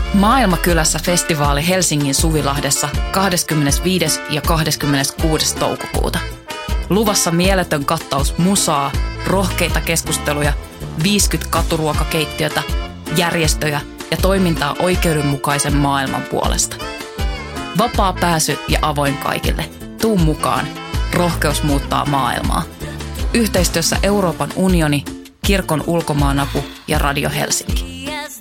Maailmakylässä festivaali Helsingin Suvilahdessa 25. ja 26. toukokuuta. Luvassa mieletön kattaus musaa, rohkeita keskusteluja, 50 katuruokakeittiötä, järjestöjä ja toimintaa oikeudenmukaisen maailman puolesta. Vapaa pääsy ja avoin kaikille. Tuu mukaan. Rohkeus muuttaa maailmaa. Yhteistyössä Euroopan unioni, Kirkon Ulkomaanapu ja Radio Helsinki.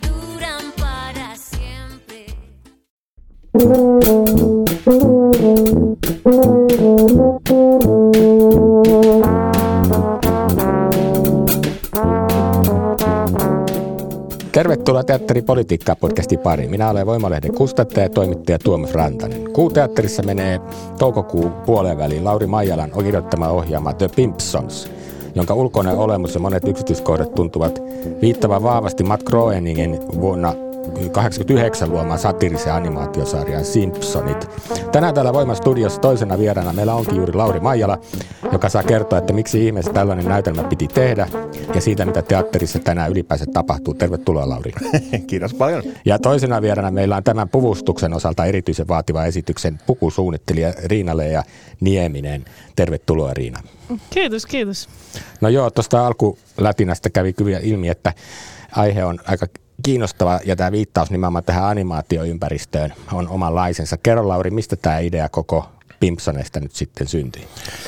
Tervetuloa Teatteripolitiikkaa podcastin pariin. Minä olen Voimalehden kustantaja ja toimittaja Tuomas Rantanen. Kuuteatterissa menee toukokuun puoleen väliin Lauri Maijalan kirjoittama ohjaama The Pimpsons, jonka ulkoinen olemus ja monet yksityiskohdat tuntuvat viittavan vahvasti Matt Groeningin vuonna 1989 luomaan satiirisen animaatiosarjan Simpsonit. Tänään täällä Voiman studiossa toisena vieraana meillä onkin juuri Lauri Maijala, joka saa kertoa, että miksi ihmeessä tällainen näytelmä piti tehdä ja siitä, mitä teatterissa tänään ylipäänsä tapahtuu. Tervetuloa, Lauri. Kiitos paljon. Ja toisena vieraana meillä on tämän puvustuksen osalta erityisen vaativa esityksen pukusuunnittelija Riina-Leija Nieminen. Tervetuloa, Riina. Kiitos. No joo, tuosta alkulätinästä kävi kyllä ilmi, että aihe on aika kiinnostava ja tämä viittaus nimenomaan tähän animaatioympäristöön on omanlaisensa. Kerro, Lauri, mistä tämä idea koko Pimpsoneista nyt sitten syntyi?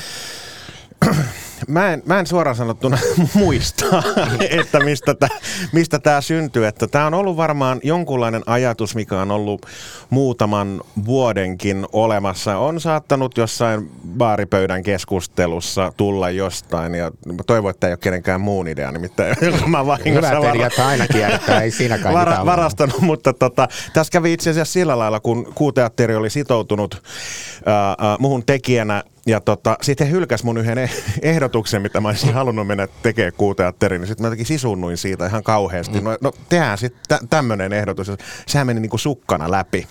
Mä en suoraan sanottuna muista, että mistä tämä syntyy. Että tämä on ollut varmaan jonkunlainen ajatus, mikä on ollut muutaman vuodenkin olemassa. On saattanut jossain baaripöydän keskustelussa tulla jostain, ja toivon, että ei ole kenenkään muun idea, nimittäin mä vahingossa ei siinäkään varastanut, mutta tässä kävi itse asiassa sillä lailla, kun Kuuteatteri oli sitoutunut muhun tekijänä, ja sitten he hylkäs mun yhden ehdotuksen, mitä mä olisin halunnut mennä tekemään Kuuteatteriin, niin sitten mä jotenkin sisunnuin siitä ihan kauheasti. No tehdään sitten tämmöinen ehdotus, ja sehän meni niinku sukkana läpi.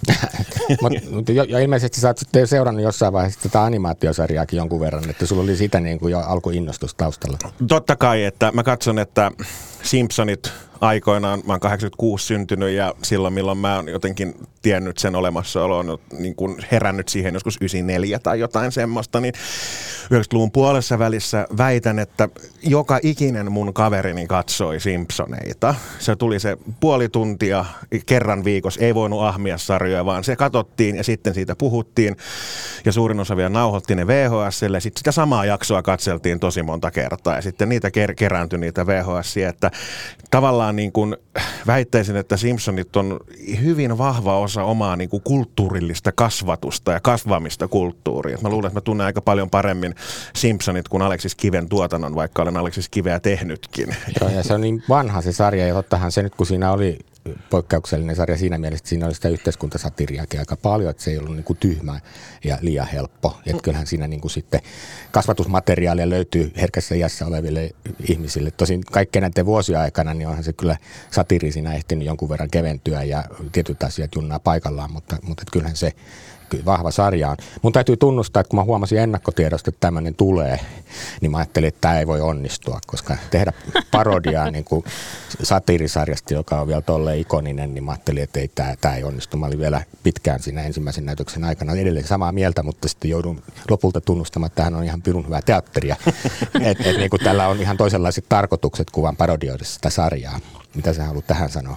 Ja ilmeisesti sä oot sitten seurannut jossain vaiheessa tätä animaatiosarjaakin jonkun verran, että sulla oli sitä niin kuin jo alkuinnostus taustalla. Totta kai, että mä katson, että Simpsonit aikoinaan, mä oon 86 syntynyt ja silloin milloin mä oon jotenkin tiennyt sen olemassaoloon, niin kuin herännyt siihen joskus 94 tai jotain semmoista, niin 90-luvun puolessa välissä väitän, että joka ikinen mun kaverini katsoi Simpsoneita. Se tuli se puoli tuntia kerran viikossa, ei voinut ahmia sarjoja, vaan se katsottiin ja sitten siitä puhuttiin ja suurin osa vielä nauhoitti ne VHS:lle. Sitten sitä samaa jaksoa katseltiin tosi monta kertaa ja sitten niitä kerääntyi niitä VHS:iä, että tavallaan niin kuin väittäisin, että Simpsonit on hyvin vahva osa omaa niin kuin kulttuurillista kasvatusta ja kasvamista kulttuuria. Mä luulen, että mä tunnen aika paljon paremmin Simpsonit kuin Aleksis Kiven tuotannon, vaikka olen Aleksis Kiveä tehnytkin. Joo, ja se on niin vanha se sarja, ja tottahan se nyt, kun siinä oli poikkeuksellinen sarja siinä mielessä, että siinä oli sitä yhteiskuntasatiriaakin aika paljon, että se ei ollut niin kuin tyhmä ja liian helppo. Että kyllähän siinä niin kuin sitten kasvatusmateriaalia löytyy herkässä iässä oleville ihmisille. Tosin kaikkien näiden vuosien aikana niin onhan se kyllä satiri siinä ehtinyt jonkun verran keventyä ja tietyt asiat junnaa paikallaan, mutta kyllähän se vahva sarja on. Mun täytyy tunnustaa, että kun mä huomasin ennakkotiedosta, että tämmöinen tulee, niin mä ajattelin, että tämä ei voi onnistua, koska tehdä parodiaa niin kuin satiirisarjasta, joka on vielä tolleen ikoninen, niin mä ajattelin, että ei, tämä ei onnistu. Mä olin vielä pitkään siinä ensimmäisen näytöksen aikana edelleen samaa mieltä, mutta sitten joudun lopulta tunnustamaan, että tämähän on ihan pirun hyvää teatteria. että niin kuin tällä on ihan toisenlaiset tarkoitukset kuin vaan parodioida sitä sarjaa. Mitä sä haluat tähän sanoa?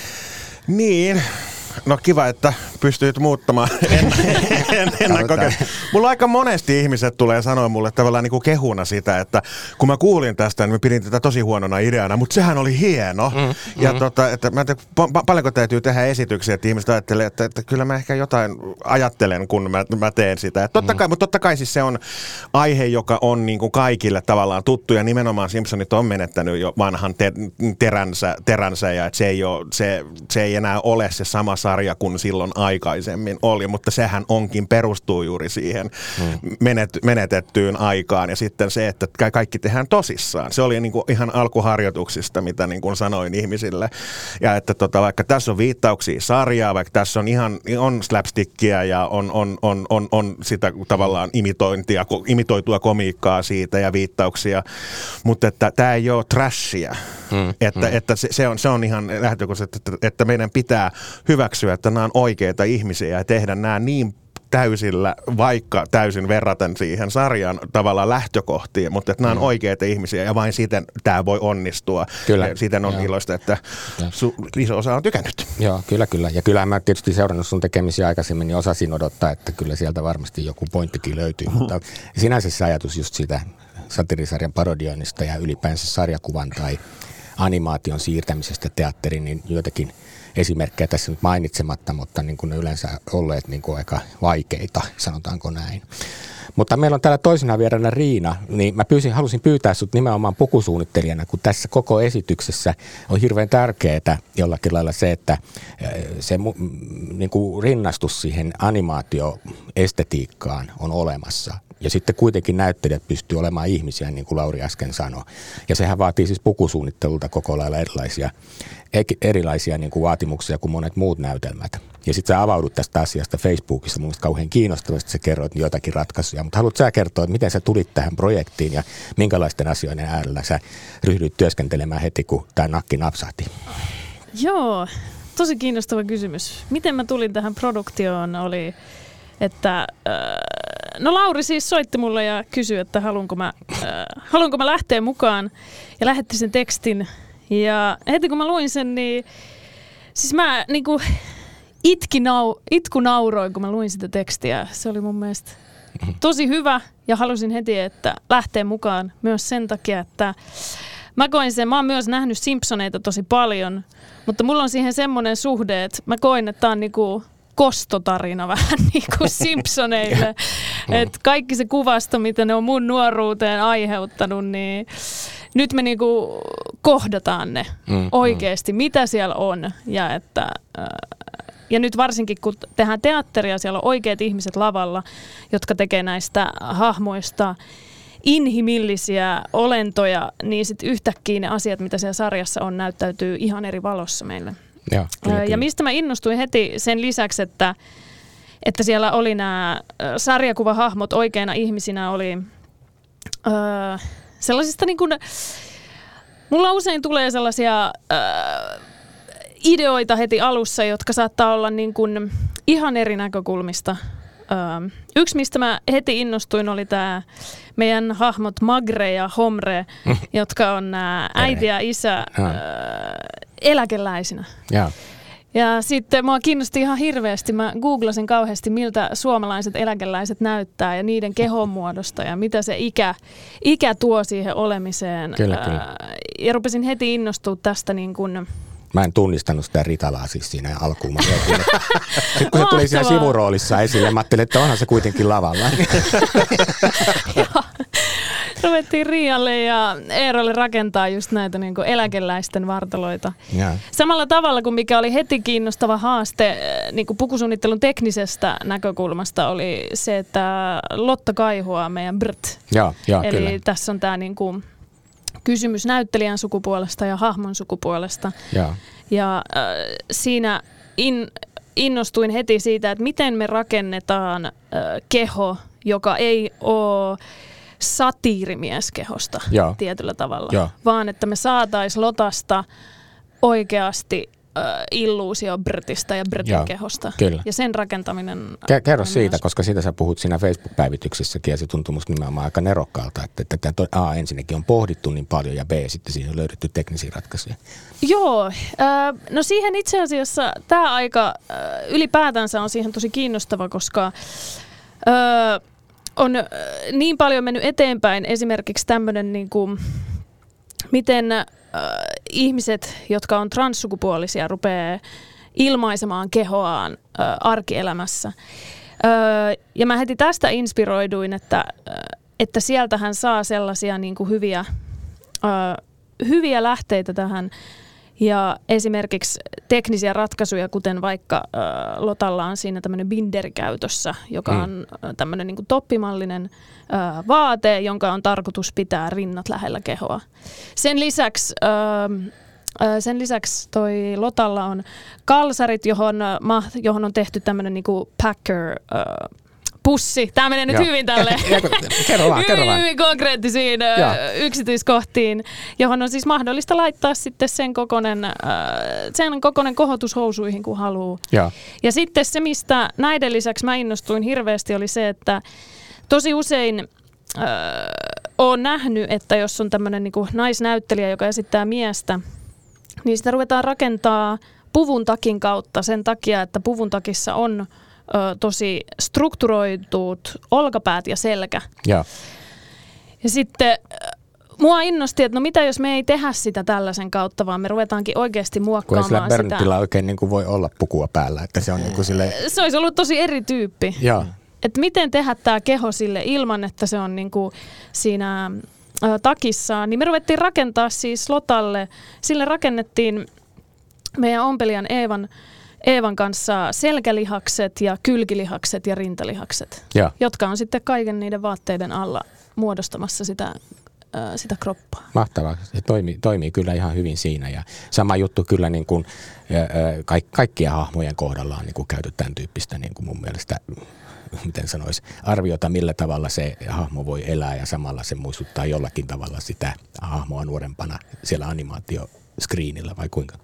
Niin. No kiva, että pystyit muuttamaan ennakkokäsitystä. Mulla aika monesti ihmiset tulee sanoa mulle tavallaan niin kuin kehuna sitä, että kun mä kuulin tästä, niin mä pidin tätä tosi huonona ideana, mutta sehän oli hieno. Ja että mä paljonko täytyy tehdä esityksiä, että ihmiset ajattelee, että kyllä mä ehkä jotain ajattelen, kun mä teen sitä. Mutta totta kai siis se on aihe, joka on niin kuin kaikille tavallaan tuttu, ja nimenomaan Simpsonit on menettänyt jo vanhan teränsä ja että se ei enää ole se sama sarja kuin silloin aikaisemmin oli, mutta sehän perustuu juuri siihen menetettyyn aikaan ja sitten se, että kaikki tehdään tosissaan. Se oli niin kuin ihan alkuharjoituksista, mitä niin kuin sanoin ihmisille. Ja että vaikka tässä on viittauksia sarjaa, vaikka tässä on slapstickia ja on sitä tavallaan imitoitua komiikkaa siitä ja viittauksia, mutta että tämä ei ole trashia. Että se on ihan lähtökohtaisesti, että meidän pitää hyväksyä, että nämä on oikeita ihmisiä ja tehdä nämä niin täysillä, vaikka täysin verraten siihen sarjan tavallaan lähtökohtiin, mutta että nämä on oikeita ihmisiä ja vain siten tämä voi onnistua. Kyllä. Ja siten on iloista, että iso osa on tykännyt. Joo, kyllä. Ja kyllähän mä tietysti seurannut sun tekemisiä aikaisemmin, niin osasin odottaa, että kyllä sieltä varmasti joku pointtikin löytyy, mutta sinänsä se ajatus just sitä satiirisarjan parodioinnista ja ylipäänsä sarjakuvan tai animaation siirtämisestä teatteriin, niin joitakin esimerkkejä tässä nyt mainitsematta, mutta niin kuin ne yleensä olleet niin kuin aika vaikeita, sanotaanko näin. Mutta meillä on täällä toisena vieraana Riina, niin mä halusin pyytää sut nimenomaan pukusuunnittelijana, kun tässä koko esityksessä on hirveän tärkeää jollakin lailla se, että se niin kuin rinnastus siihen animaatioestetiikkaan on olemassa. Ja sitten kuitenkin näyttelijät pystyy olemaan ihmisiä, niin kuin Lauri äsken sanoi. Ja sehän vaatii siis pukusuunnittelulta koko lailla erilaisia niin kuin vaatimuksia kuin monet muut näytelmät. Ja sitten sä avaudut tästä asiasta Facebookissa, mun mielestä kauhean kiinnostavasti sä kerroit jotakin ratkaisuja. Mutta haluatko sä kertoa, että miten sä tulit tähän projektiin ja minkälaisten asioiden äärellä sä ryhdyit työskentelemään heti, kun tämä nakki napsahti? Joo, tosi kiinnostava kysymys. Miten mä tulin tähän produktioon oli, että no Lauri siis soitti mulle ja kysyi, että haluanko mä lähteä mukaan ja lähetti sen tekstin. Ja heti kun mä luin sen, niin siis mä niinku itku nauroin, kun mä luin sitä tekstiä. Se oli mun mielestä tosi hyvä ja halusin heti, että lähtee mukaan myös sen takia, että mä koin sen, mä oon myös nähnyt Simpsoneita tosi paljon, mutta mulla on siihen semmoinen suhde, että mä koin, että tää on niinku kostotarina vähän niin kuin Simpsoneille. Että kaikki se kuvasto, mitä ne on mun nuoruuteen aiheuttanut, niin nyt me niinku kohdataan ne oikeasti, mitä siellä on. Ja nyt varsinkin, kun tehdään teatteria, siellä on oikeat ihmiset lavalla, jotka tekee näistä hahmoista inhimillisiä olentoja, niin sitten yhtäkkiä ne asiat, mitä siellä sarjassa on, näyttäytyy ihan eri valossa meille. Ja, kyllä. Ja mistä mä innostuin heti sen lisäksi, että siellä oli nämä sarjakuvahahmot oikeina ihmisinä, oli sellaisista niin kuin, mulla usein tulee sellaisia ideoita heti alussa, jotka saattaa olla niin kuin ihan eri näkökulmista. Yksi, mistä mä heti innostuin, oli tämä meidän hahmot Magre ja Homre, jotka on äiti ja isä eläkeläisinä. Ja sitten mua kiinnosti ihan hirveästi. Mä googlasin kauheasti, miltä suomalaiset eläkeläiset näyttää ja niiden kehonmuodosta ja mitä se ikä tuo siihen olemiseen. Kyllä. Ja rupesin heti innostua tästä niin kuin. Mä en tunnistanut sitä Ritalaa siis siinä alkuun. Sitten kun se tuli siinä sivuroolissa esille, mä ajattelin, että onhan se kuitenkin lavalla. Ruvettiin Rialle ja Eerolle rakentaa just näitä niin kuin eläkeläisten vartaloita. Ja. Samalla tavalla kuin mikä oli heti kiinnostava haaste niin kuin pukusuunnittelun teknisestä näkökulmasta oli se, että Lotta Kaihua meidän Brt. Eli kyllä. Tässä on tämä niin kuin kysymys näyttelijän sukupuolesta ja hahmon sukupuolesta. Ja siinä innostuin heti siitä, että miten me rakennetaan keho, joka ei ole satiirimieskehosta tietyllä tavalla, vaan että me saataisiin Lotasta oikeasti illuusio Britistä ja Britin kehosta. Kyllä. Ja sen rakentaminen. Kerro siitä, koska siitä sä puhut siinä Facebook-päivityksessäkin ja se tuntuu musta nimenomaan aika nerokkaalta, että ensinnäkin on pohdittu niin paljon ja B sitten siinä on löydetty teknisiä ratkaisuja. Joo, no siihen itse asiassa tämä aika ylipäätänsä on siihen tosi kiinnostava, koska on niin paljon mennyt eteenpäin esimerkiksi tämmöinen niin kuin, miten ihmiset, jotka on transsukupuolisia, rupeaa ilmaisemaan kehoaan arkielämässä. Ja mä heti tästä inspiroiduin, että sieltähän saa sellaisia niin kuin hyviä lähteitä tähän Ja esimerkiksi teknisiä ratkaisuja, kuten vaikka Lotalla on siinä tämmöinen binder käytössä, joka on tämmöinen niin kuin toppimallinen vaate, jonka on tarkoitus pitää rinnat lähellä kehoa. Sen lisäksi toi Lotalla on kalsarit, johon on tehty tämmöinen niin kuin packer pussi. Tämä menee nyt hyvin tälleen. Kerro vaan. Hyvin konkreettisiin yksityiskohtiin, johon on siis mahdollista laittaa sitten sen kokoinen kohotushousuihin, kun haluaa. Ja sitten se, mistä näiden lisäksi mä innostuin hirveästi, oli se, että tosi usein olen nähnyt, että jos on tämmöinen niin kuin naisnäyttelijä, joka esittää miestä, niin sitä ruvetaan rakentaa puvun takin kautta sen takia, että puvun takissa on tosi strukturoitut olkapäät ja selkä. Ja sitten mua innosti, että no mitä jos me ei tehdä sitä tällaisen kautta, vaan me ruvetaankin oikeasti muokkaamaan sitä. Kun ei sillä Bernitillä oikein niin kuin voi olla pukua päällä, että se on niin kuin silleen... Se olisi ollut tosi eri tyyppi. Joo. Että miten tehdä tämä keho sille ilman, että se on niin kuin siinä takissaan. Niin me ruvettiin rakentaa siis Lotalle. Sille rakennettiin meidän ompelijan Eevan kanssa selkälihakset ja kylkilihakset ja rintalihakset, jotka on sitten kaiken niiden vaatteiden alla muodostamassa sitä kroppaa. Mahtavaa. Se toimii kyllä ihan hyvin siinä. Ja sama juttu kyllä niin kuin, kaikkien hahmojen kohdalla on niin kuin käyty tämän tyyppistä niin kuin mun mielestä, miten sanoisi, arviota, millä tavalla se hahmo voi elää ja samalla se muistuttaa jollakin tavalla sitä hahmoa nuorempana siellä animaatioskriinillä vai kuinka?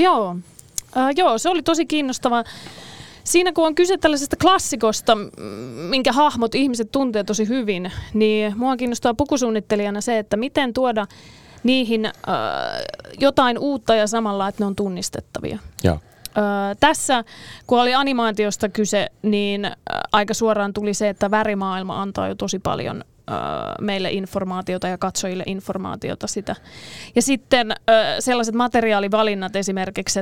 Joo, se oli tosi kiinnostavaa. Siinä kun on kyse tällaisesta klassikosta, minkä hahmot ihmiset tuntee tosi hyvin, niin mua kiinnostaa pukusuunnittelijana se, että miten tuoda niihin jotain uutta ja samalla, että ne on tunnistettavia. Joo. Tässä, kun oli animaatiosta kyse, niin aika suoraan tuli se, että värimaailma antaa jo tosi paljon meille informaatiota ja katsojille informaatiota sitä. Ja sitten sellaiset materiaalivalinnat esimerkiksi,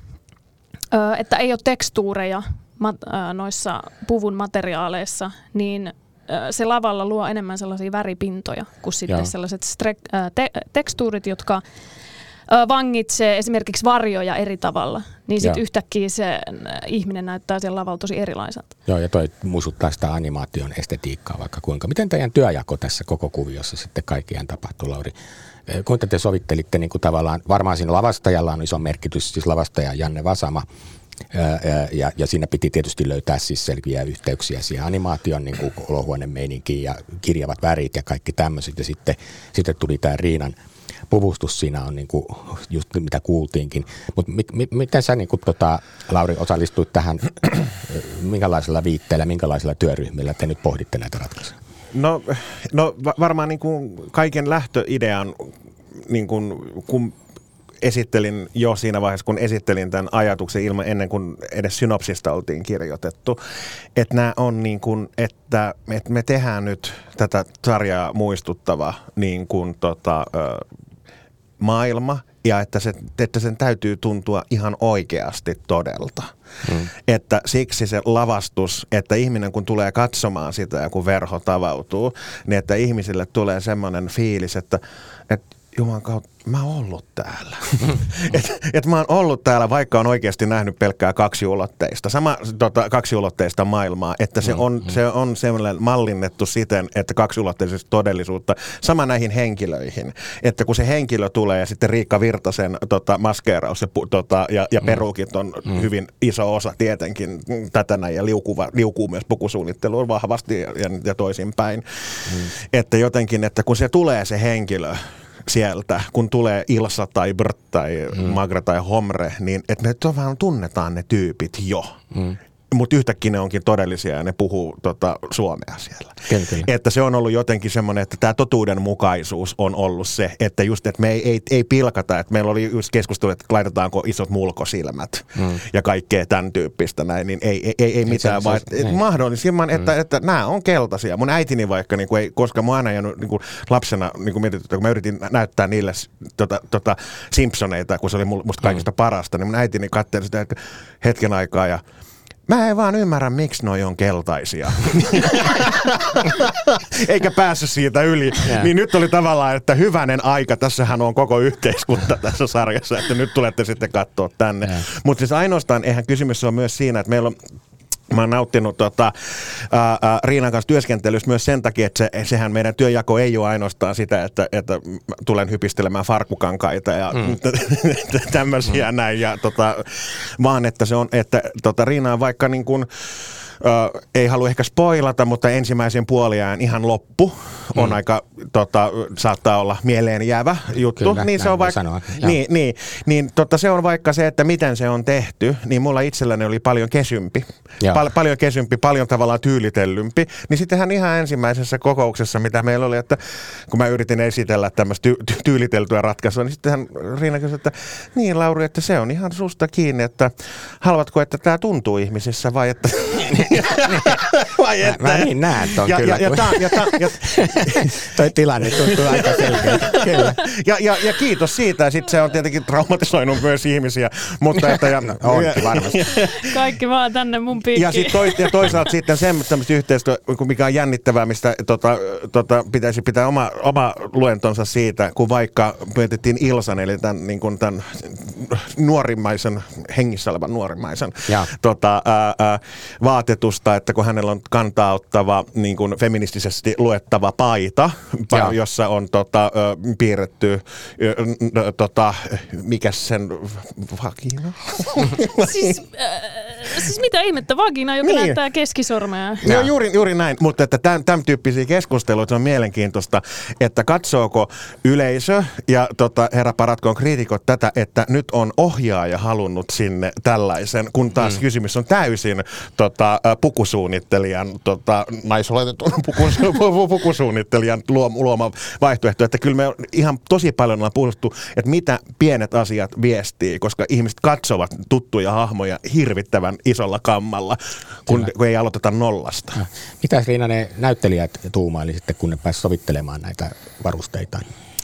että ei ole tekstuureja noissa puvun materiaaleissa, niin se lavalla luo enemmän sellaisia väripintoja kuin sitten sellaiset tekstuurit, jotka vangitsee esimerkiksi varjoja eri tavalla, niin sitten yhtäkkiä se ihminen näyttää siellä lavalla tosi erilaiselta. Joo, ja toi muistuttaa sitä animaation estetiikkaa vaikka kuinka. Miten teidän työjako tässä koko kuviossa sitten kaikkiaan tapahtuu, Lauri? Kuinka te sovittelitte niin kuin tavallaan, varmaan siinä lavastajalla on iso merkitys, siis lavastaja Janne Vasama, ja siinä piti tietysti löytää siis selviä yhteyksiä siihen animaation niin kuin olohuonemeininkiin ja kirjavat värit ja kaikki tämmöiset, ja sitten tuli tämä Riinan puvustus siinä on niin kuin just mitä kuultiinkin. Mutta miten sä niin kuin, Lauri osallistuit tähän, minkälaisella viitteellä, minkälaisilla työryhmillä te nyt pohditte näitä ratkaisuja? No varmaan niin kuin kaiken lähtöidean, niin kuin, kun esittelin jo siinä vaiheessa, kun esittelin tämän ajatuksen ennen kuin edes synopsista oltiin kirjoitettu, että nämä on niin kuin, että me tehdään nyt tätä sarjaa muistuttava niin kuin maailma, ja että sen täytyy tuntua ihan oikeasti todelta. Että siksi se lavastus, että ihminen kun tulee katsomaan sitä ja kun verho tavautuu, niin että ihmisille tulee semmoinen fiilis, että Jumalan kautta, mä oon ollut täällä. Että mä oon ollut täällä, vaikka on oikeasti nähnyt pelkkää kaksiulotteista. Sama kaksiulotteista maailmaa, että se on semmoinen mallinnettu siten, että kaksiulotteisesta todellisuutta. Sama näihin henkilöihin. Että kun se henkilö tulee ja sitten Riikka Virtasen maskeeraus ja peruukit on hyvin iso osa tietenkin tätä näin ja liukuu myös pukusuunnitteluun vahvasti ja toisinpäin. Että jotenkin, että kun se tulee se henkilö sieltä, kun tulee Ilsa tai Brt tai Magra tai Homre, niin että me vähän tunnetaan ne tyypit jo. Mutta yhtäkkiä ne onkin todellisia ja ne puhuu suomea siellä. Kyllä. Että se on ollut jotenkin semmoinen, että tämä totuudenmukaisuus on ollut se, että just, että me ei pilkata, että meillä oli just keskustelu, että laitetaanko isot mulkosilmät ja kaikkea tämän tyyppistä näin, niin ei mitään, vaan mahdollisimman, että nämä on keltaisia. Mun äitini vaikka, niin kuin ei, koska mä aina jäänyt niin kuin lapsena, niin kuin mietitty, kun mä yritin näyttää niille Simpsoneita, kun se oli musta kaikista parasta, niin mun äitini katseli sitä hetken aikaa ja mä en vaan ymmärrä, miksi noi on keltaisia. Eikä päässyt siitä yli. Niin nyt oli tavallaan, että hyvänen aika, tässähän on koko yhteiskunta tässä sarjassa, että nyt tulette sitten katsoa tänne. Mutta siis ainoastaan, eihän kysymys ole myös siinä, että meillä on mä oon nauttinut Riinan kanssa työskentelystä myös sen takia, että sehän meidän työjako ei ole ainoastaan sitä, että tulen hypistelemään farkkukankaita ja tämmöisiä näin, ja vaan että se on, että Riina on vaikka niin kuin ei halua ehkä spoilata, mutta ensimmäisen puoliajan ihan loppu on aika, saattaa olla mieleen jäävä juttu. Kyllä, niin se on vaikka, se on vaikka se, että miten se on tehty, niin mulla itselläni oli paljon kesympi. Paljon kesympi, paljon tavallaan tyylitellympi. Niin sittenhän ihan ensimmäisessä kokouksessa, mitä meillä oli, että kun mä yritin esitellä tämmöistä tyyliteltyä ratkaisua, niin sittenhän Riina kysyi, että niin Lauri, että se on ihan susta kiinni, että haluatko, että tämä tuntuu ihmisissä vai että... Mä niin näen ton kyllä. Toi tilanne tuntuu aika selkeä. Ja kiitos siitä. Ja sitten se on tietenkin traumatisoinut myös ihmisiä. Mutta on varmasti. Kaikki vaan tänne mun piikkiin. Ja toisaalta sitten semmoista yhteistyö, mikä on jännittävää, mistä pitäisi pitää oma luentonsa siitä, kun vaikka mietittiin Ilsan, eli tämän nuorimmaisen, hengissä olevan nuorimmaisen vaatetusta, että kun hänellä on kantaa ottava niin kuin feministisesti luettava paita, jossa on piirretty mikäs sen vagina? Siis mitä ihmettä, vagina, joka näyttää keskisormea. Joo, juuri näin, mutta että tämän tyyppisiä keskusteluita on mielenkiintoista, että katsooko yleisö ja herra paratkoon kriitikot tätä, että nyt on ohjaaja halunnut sinne tällaisen, kun taas kysymys on täysin pukusuunnittelijan, naisoletetun pukusuunnittelijan luoma vaihtoehto, että kyllä me ihan tosi paljon ollaan puhuttu, että mitä pienet asiat viestii, koska ihmiset katsovat tuttuja hahmoja hirvittävän isolla kammalla, kun ei aloiteta nollasta. Mitäs Riina ne näyttelijät tuumaili sitten, kun ne pääsivät sovittelemaan näitä varusteita?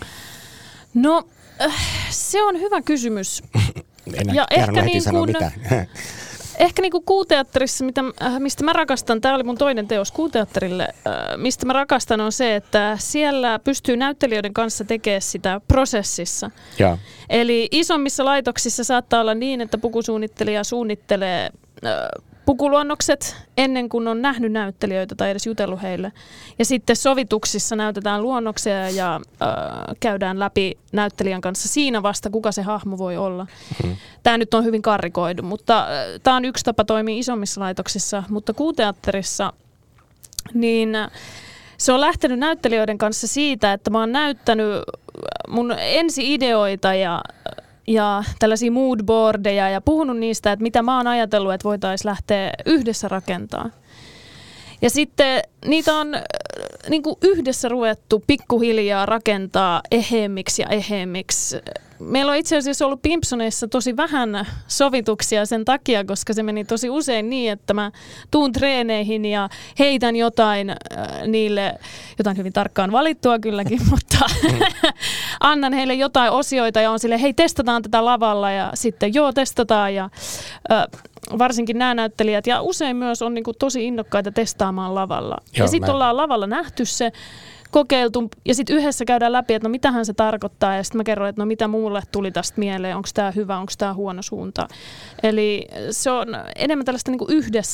No, se on hyvä kysymys. Ja ehkä heti sanoa mitään. Ehkä niin kuin Kuuteatterissa, mistä mä rakastan, tämä oli mun toinen teos Kuuteatterille, mistä mä rakastan on se, että siellä pystyy näyttelijöiden kanssa tekemään sitä prosessissa. Ja. Eli isommissa laitoksissa saattaa olla niin, että pukusuunnittelija suunnittelee pukuluonnokset ennen kuin on nähnyt näyttelijöitä tai edes jutellut heille. Ja sitten sovituksissa näytetään luonnoksia ja käydään läpi näyttelijän kanssa siinä vasta, kuka se hahmo voi olla. Tämä nyt on hyvin karrikoidu, mutta tämä on yksi tapa toimia isommissa laitoksissa. Mutta Kuuteatterissa niin se on lähtenyt näyttelijöiden kanssa siitä, että mä oon näyttänyt mun ensi-ideoita ja tällaisia moodboardeja ja puhunut niistä, että mitä mä oon ajatellut, että voitaisiin lähteä yhdessä rakentamaan. Ja sitten niitä on niin kuin yhdessä ruvettu pikkuhiljaa rakentaa eheemmiksi ja eheemmiksi. Meillä on itse asiassa ollut Pimpsoneissa tosi vähän sovituksia sen takia, koska se meni tosi usein niin, että mä tuun treeneihin ja heitän jotain niille, jotain hyvin tarkkaan valittua kylläkin, mutta annan heille jotain osioita ja on silleen, hei testataan tätä lavalla ja sitten joo testataan ja varsinkin nämä näyttelijät ja usein myös on niin kuin tosi innokkaita testaamaan lavalla. Joo, ja sitten ollaan lavalla nähty se, kokeiltu ja sitten yhdessä käydään läpi, että no mitähän se tarkoittaa ja sitten mä kerron, että no mitä mulle tuli tästä mieleen, onko tämä hyvä, onko tämä huono suunta. Eli se on enemmän tällaista niin kuin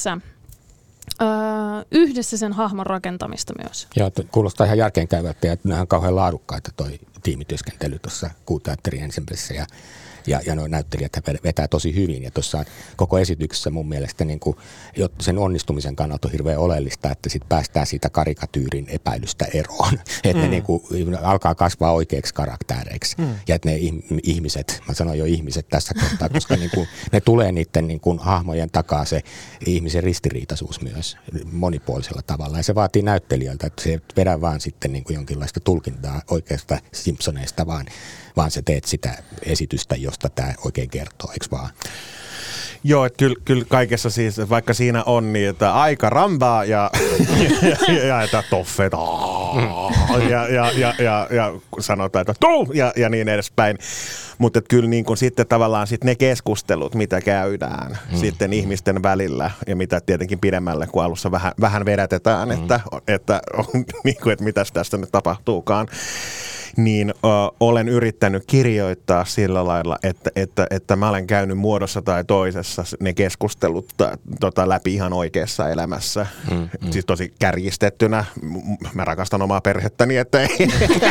yhdessä sen hahmon rakentamista myös. Joo, kuulostaa ihan järkeenkäyvältä, että nämä on kauhean laadukkaita toi tiimityöskentely tuossa Kuuteatterin ensemblessä ja nuo näyttelijät vetää tosi hyvin. Ja tuossa koko esityksessä mun mielestä niin kuin, sen onnistumisen kannalta on hirveän oleellista, että sit päästään siitä karikatyyrin epäilystä eroon. Että ne niin kuin, alkaa kasvaa oikeiksi karaktäreiksi. Ja että ne ihmiset, mä sanon jo ihmiset tässä kohtaa, koska niin kuin, ne tulee niiden niin kuin, hahmojen takaa se ihmisen ristiriitaisuus myös monipuolisella tavalla. Ja se vaatii näyttelijöiltä, että se ei vedä vaan sitten niin kuin jonkinlaista tulkintaa oikeasta Simpsoneista, vaan sä teet sitä esitystä, josta tämä oikein kertoo, eikö vaan? Joo, että kyllä kaikessa siis, että vaikka siinä on niin, että aika rambaa ja että toffet ja sanotaan, että tuu ja niin edespäin. Mutta kyllä niin kun sitten tavallaan sit ne keskustelut, mitä käydään sitten ihmisten välillä ja mitä tietenkin pidemmälle, kun alussa vähän vedätetään, että mitäs tästä nyt tapahtuukaan, niin olen yrittänyt kirjoittaa sillä lailla, että mä olen käynyt muodossa tai toisessa ne keskustelut läpi ihan oikeassa elämässä. Siis tosi kärjistettynä. Mä rakastan omaa perhettäni, että ei.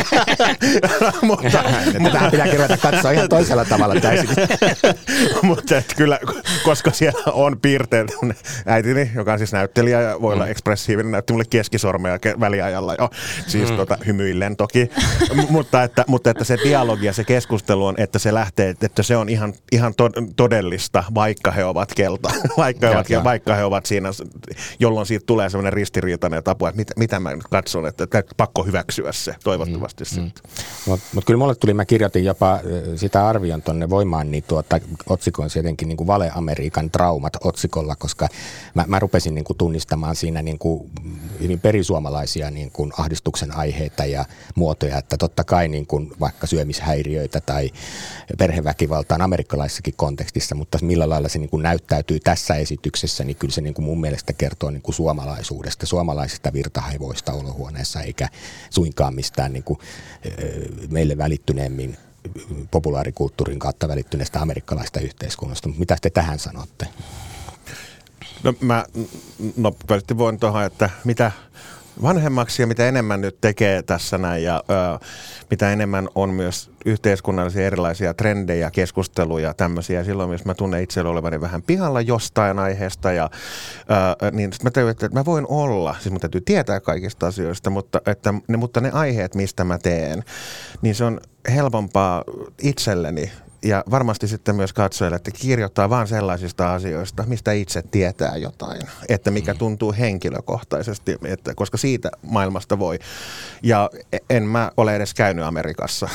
Tähän pitää kirjoita katsoa ihan toisella tavalla täysin. Mutta kyllä, koska siellä on piirteet, äitini, joka on siis näyttelijä ja voi olla ekspressiivinen, näytti mulle keskisormea väliajalla jo. Siis hymyillen toki. Mutta että se dialogi ja se keskustelu on, että se lähtee, että se on ihan todellista, vaikka he ovat kelta. vaikka he ovat siinä, jolloin siitä tulee sellainen ristiriitainen tapu, että mitä mä nyt katson, että pakko hyväksyä se toivottavasti sitten. Mutta kyllä mulle tuli, mä kirjoitin jopa sitä arvion tonne Voimaan, niin otsikoin jotenkin niin kuin Vale-Amerikan traumat otsikolla, koska mä rupesin niin kuin tunnistamaan siinä niin kuin hyvin perisuomalaisia niin kuin ahdistuksen aiheita ja muotoja, että totta kai niin kuin vaikka syömishäiriöitä tai perheväkivaltaan amerikkalaisessakin kontekstissa, mutta millä lailla se niin kuin näyttäytyy tässä esityksessä, niin kyllä se niin kuin mun mielestä kertoo niin kuin suomalaisuudesta, suomalaisista virtahevoista olohuoneessa, eikä suinkaan mistään niin kuin meille välittyneemmin populaarikulttuurin kautta välittyneestä amerikkalaista yhteiskunnasta. Mutta mitä te tähän sanotte? No mä nopeasti voin tuohon, että mitä vanhemmaksi ja mitä enemmän nyt tekee tässä näin ja mitä enemmän on myös yhteiskunnallisia erilaisia trendejä, keskusteluja, tämmöisiä. Silloin jos mä tunnen itsellä olevani vähän pihalla jostain aiheesta niin mä tajuin, että mä voin olla, siis mun täytyy tietää kaikista asioista, mutta ne aiheet, mistä mä teen, niin se on helpompaa itselleni. Ja varmasti sitten myös katsojille, että kirjoittaa vaan sellaisista asioista, mistä itse tietää jotain, että mikä tuntuu henkilökohtaisesti, koska siitä maailmasta voi. Ja en mä ole edes käynyt Amerikassa.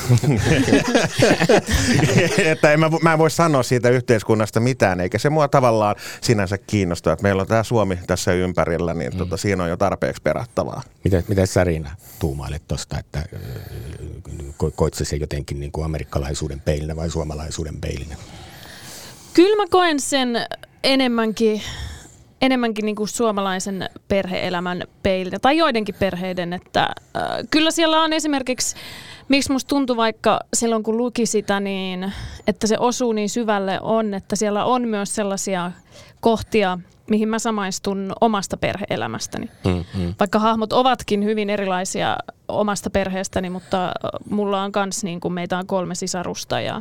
Että mä en voi sanoa siitä yhteiskunnasta mitään, eikä se mua tavallaan sinänsä kiinnostaa, että meillä on tämä Suomi tässä ympärillä, niin siinä on jo tarpeeksi perattavaa. Miten sä, Riina, tuumailet tuosta, että koit se jotenkin niin kuin amerikkalaisuuden peilinä vai suomalaisuuden peilinä? Kyllä mä koen sen enemmänkin niin kuin suomalaisen perhe-elämän peilinä, tai joidenkin perheiden, että kyllä siellä on esimerkiksi, miksi musta tuntui vaikka silloin kun luki sitä, niin että se osuu niin syvälle on, että siellä on myös sellaisia kohtia, mihin mä samaistun omasta perhe-elämästäni. Vaikka hahmot ovatkin hyvin erilaisia omasta perheestäni, mutta mulla on kans niin kuin meitä on 3 sisarusta ja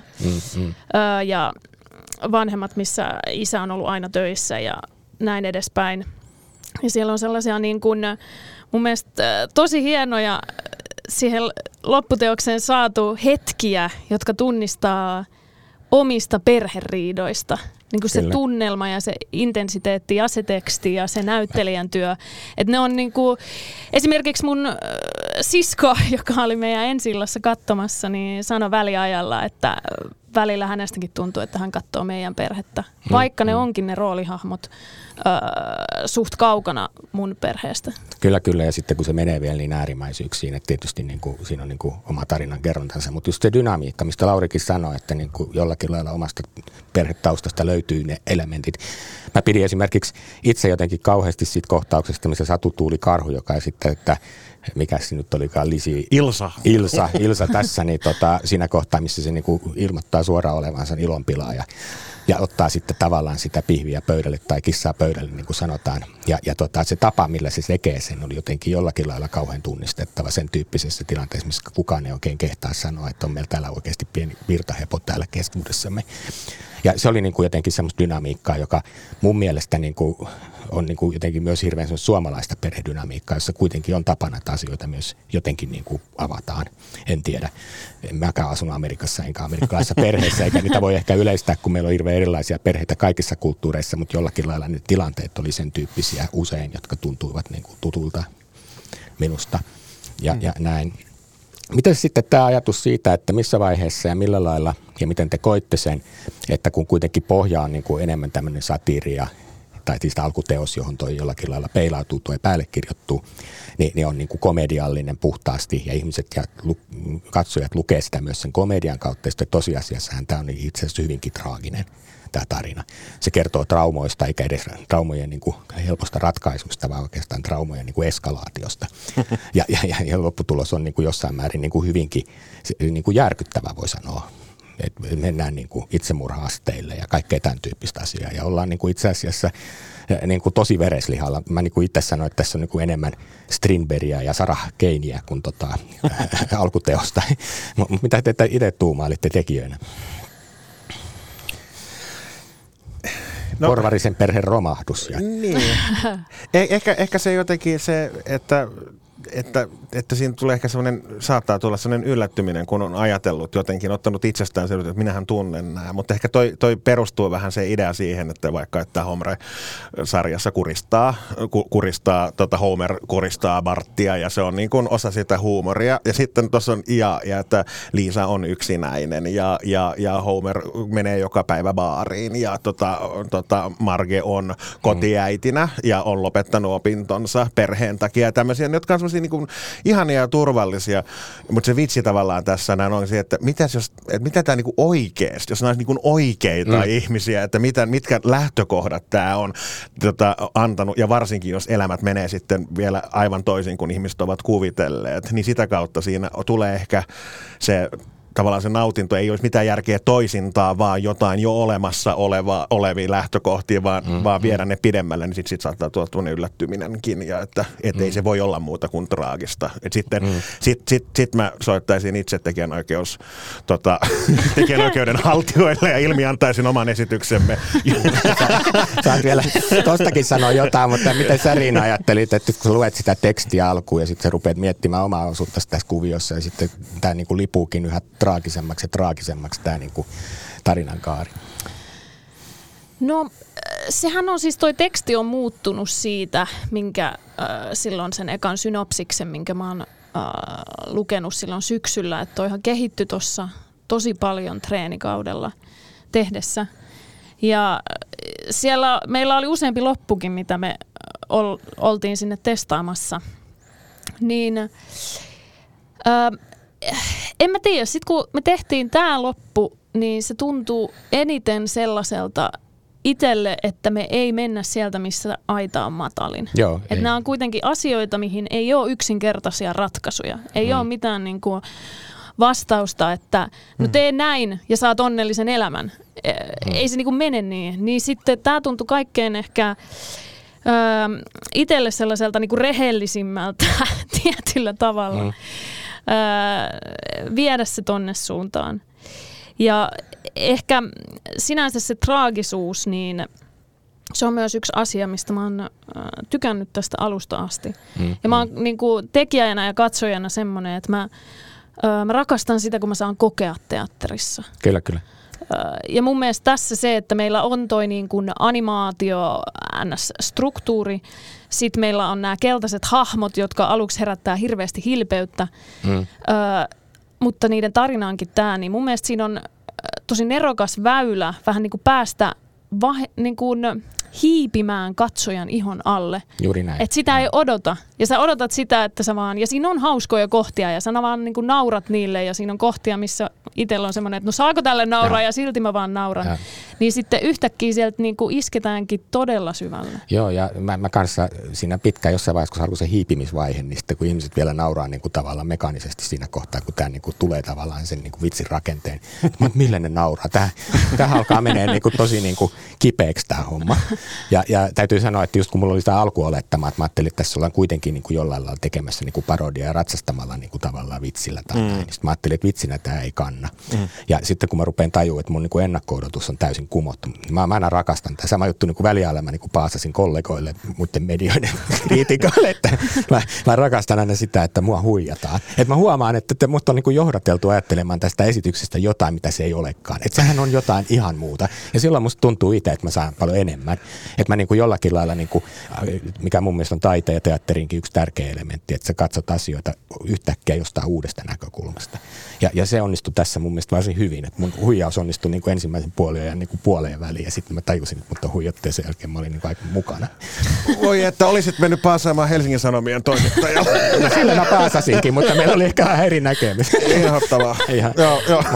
vanhemmat, missä isä on ollut aina töissä ja näin edespäin. Ja siellä on sellaisia niin kuin, mun mielestä tosi hienoja siihen lopputeokseen saatu hetkiä, jotka tunnistaa omista perheriidoista. Niin kuin se tunnelma ja se intensiteetti ja se teksti ja se näyttelijän työ. Että ne on niin kuin, esimerkiksi mun sisko, joka oli meidän ensi-illassa katsomassa, niin sanoi väliajalla, että välillä hänestäkin tuntuu, että hän katsoo meidän perhettä. Vaikka ne onkin ne roolihahmot suht kaukana mun perheestä. Kyllä, ja sitten kun se menee vielä niin äärimmäisyyksiin, että tietysti niin kuin, siinä on niin kuin oma tarinan kerrontansa, mutta just se dynamiikka, mistä Laurikin sanoi, että niin kuin jollakin lailla omasta perhetaustasta löytyy ne elementit. Mä pidin esimerkiksi itse jotenkin kauheasti siitä kohtauksesta, missä Satu Tuuli Karhu, joka esittää, että mikä se nyt olikaan, Ilsa tässä, niin siinä kohtaa, missä se niinku ilmoittaa suoraan olevansa ilonpilaaja ja ottaa sitten tavallaan sitä pihviä pöydälle tai kissaa pöydälle, niin kuin sanotaan. Ja se tapa, millä se tekee sen, oli jotenkin jollakin lailla kauhean tunnistettava sen tyyppisessä tilanteessa, missä kukaan ei oikein kehtaa sanoa, että on meillä täällä oikeasti pieni virtahepo täällä keskuudessamme. Ja se oli niin kuin jotenkin semmoista dynamiikkaa, joka mun mielestä niin kuin on niin kuin jotenkin myös hirveän suomalaista perhedynamiikkaa, jossa kuitenkin on tapana, että asioita myös jotenkin niin kuin avataan. En tiedä. En mäkään asunut Amerikassa enkä amerikkalaisessa perheessä, eikä niitä voi ehkä yleistää, kun meillä on hirveän erilaisia perheitä kaikissa kulttuureissa, mutta jollakin lailla ne tilanteet oli sen tyyppisiä usein, jotka tuntuivat niin kuin tutulta minusta ja näin. Miten sitten tämä ajatus siitä, että missä vaiheessa ja millä lailla ja miten te koitte sen, että kun kuitenkin pohja on niin kuin enemmän tämmöinen satiiria, tai siis alkuteos, johon toi jollakin lailla peilautuu, toi päälle kirjoittuu, niin on niin kuin komediallinen puhtaasti, ja ihmiset ja katsojat lukee sitä myös sen komedian kautta, ja sitten tosiasiassahan tämä on itse asiassa hyvinkin traaginen, tämä tarina. Se kertoo traumoista, eikä edes traumojen niin kuin helposta ratkaisusta, vaan oikeastaan traumojen niin kuin eskalaatiosta. Ja lopputulos on niin kuin jossain määrin niin kuin hyvinkin niin kuin järkyttävä, voi sanoa. Et mennään niin kuin itsemurha-asteille ja kaikkea tämän tyyppistä asiaa. Ja ollaan niin kuin itse asiassa niin kuin tosi vereslihalla. Mä niin kuin itse sanoin, että tässä on niin kuin enemmän Strindbergia ja Sarah Keiniä kuin alkuteosta. Mitä te itse tuumailitte tekijöinä? No, Porvarisen perheen romahdus. Ja. Niin. Ehkä se jotenkin se, että siinä tulee ehkä saattaa tulla sellainen yllättyminen, kun on ajatellut jotenkin, ottanut itsestään selvyyttä, että minähän tunnen nämä. Mutta ehkä toi perustuu vähän se idea siihen, että vaikka että Homer-sarjassa kuristaa Homer kuristaa Barttia, ja se on niin kuin osa sitä huumoria. Ja sitten tuossa on ja että Liisa on yksinäinen ja Homer menee joka päivä baariin ja Marge on kotiäitinä ja on lopettanut opintonsa perheen takia. Tämmöisiä, jotka on sellaisia niin kuin ihania ja turvallisia, mutta se vitsi tavallaan tässä on se, että mitä tämä niin kuin oikeasti, jos nämä olisi niin kuin oikeita ihmisiä, että mitkä lähtökohdat tämä on antanut, ja varsinkin jos elämät menee sitten vielä aivan toisin kuin ihmiset ovat kuvitelleet, niin sitä kautta siinä tulee ehkä se tavallaan se nautinto ei olisi mitään järkeä toisintaa, vaan jotain jo olemassa olevia lähtökohtia, vaan viedä ne pidemmälle, niin sitten saattaa tulla tuonne yllättyminenkin, ja että ei se voi olla muuta kuin traagista. Sitten mä soittaisin itse tekijänoikeuden haltijoille ja ilmiantaisin oman esityksemme. Saat vielä tostakin sanoa jotain, mutta miten sä, Riina, ajattelit, että kun luet sitä tekstiä alkuun ja sitten sä rupeat miettimään omaa osuutta tässä kuviossa, ja sitten tämä niinku lipuukin yhä traagisemmaksi tämä niinku tarinan kaari? No sehän on siis, toi teksti on muuttunut siitä, minkä silloin sen ekan synopsiksen, minkä mä oon lukenut silloin syksyllä, että toihan kehittyi tuossa tosi paljon treenikaudella tehdessä. Ja siellä meillä oli useampi loppukin, mitä me oltiin sinne testaamassa. Niin en mä tiedä, sitten kun me tehtiin tää loppu, niin se tuntuu eniten sellaiselta itselle, että me ei mennä sieltä, missä aita on matalin. Että nämä on kuitenkin asioita, mihin ei ole yksinkertaisia ratkaisuja. Ei ole mitään niin kuin vastausta, että no tee näin ja saat onnellisen elämän. Ei se niin kuin mene niin. Niin sitten tämä tuntui kaikkein ehkä itselle sellaiselta niin kuin rehellisimmältä tietyllä tavalla. Viedä se tonne suuntaan. Ja ehkä sinänsä se traagisuus, niin se on myös yksi asia, mistä mä oon tykännyt tästä alusta asti. Ja mä oon niin kuin tekijänä ja katsojana semmoinen, että mä rakastan sitä, kun mä saan kokea teatterissa. Kyllä. Ja mun mielestä tässä se, että meillä on toi niin kuin animaatio, NS-struktuuri, sitten meillä on nämä keltaiset hahmot, jotka aluksi herättää hirveästi hilpeyttä, mutta niiden tarinaankin tämä, niin mun mielestä siinä on tosi nerokas väylä vähän niin kuin päästä niin kuin hiipimään katsojan ihon alle. Juuri näin. Että sitä ei odota. Ja sä odotat sitä, että sä vaan, ja siinä on hauskoja kohtia, ja sä vaan niin kuin naurat niille, ja siinä on kohtia, missä itsellä on semmoinen, että no saako tälle nauraa, ja silti mä vaan nauran. Niin sitten yhtäkkiä sieltä niin kuin isketäänkin todella syvälle. Joo, ja mä kanssa siinä pitkään jossain vaiheessa, kun alkoi se hiipimisvaihe, niin sitten kun ihmiset vielä nauraa niin kuin tavallaan mekaanisesti siinä kohtaa, kun tämä niin kuin tulee tavallaan sen niin kuin vitsin rakenteen. Mutta millä ne nauraa? Tämä alkaa menee niin kuin tosi niin kuin kipeäksi tämä homma. Ja täytyy sanoa, että just kun mulla oli tämä alkuolettama, että mä ajattelin, että tässä ollaan kuitenkin niin kuin jollain lailla tekemässä niin kuin parodia ja ratsastamalla niin kuin tavallaan vitsillä tai näin. Sitten mä ajattelin, että vitsinä tämä ei kanna. Ja sitten kun mä rupean tajumaan, että mun niin kuin ennakko-odotus on täysin kumottu. Mä aina rakastan tämä sama juttu niin kuin väliajalla mä niin kuin paasasin kollegoille, muiden medioiden kriitikoille, että mä rakastan aina sitä, että mua huijataan. Että mä huomaan, että mut on niin kuin johdateltu ajattelemaan tästä esityksestä jotain, mitä se ei olekaan. Että sehän on jotain ihan muuta. Ja silloin musta tuntuu itse, että mä saan paljon enemmän. että mä niin kuin jollakin lailla, niin kuin, mikä mun mielestä on taiteen ja teatterinkin yksi tärkeä elementti, että sä katsot asioita yhtäkkiä jostain uudesta näkökulmasta. Ja se onnistui tässä mun mielestä varsin hyvin, että mun huijaus onnistui niin kuin ensimmäisen puolen ja niin kuin puoleen väliin, ja sitten mä tajusin, että mut on huijattu, ja sen jälkeen mä olin niin kuin aika mukana. Voi, että olisit mennyt paasaamaan Helsingin Sanomien toimittajalle. No sillä mä paasasinkin, mutta meillä oli ehkä vähän eri näkemys. Inhottavaa. Joo.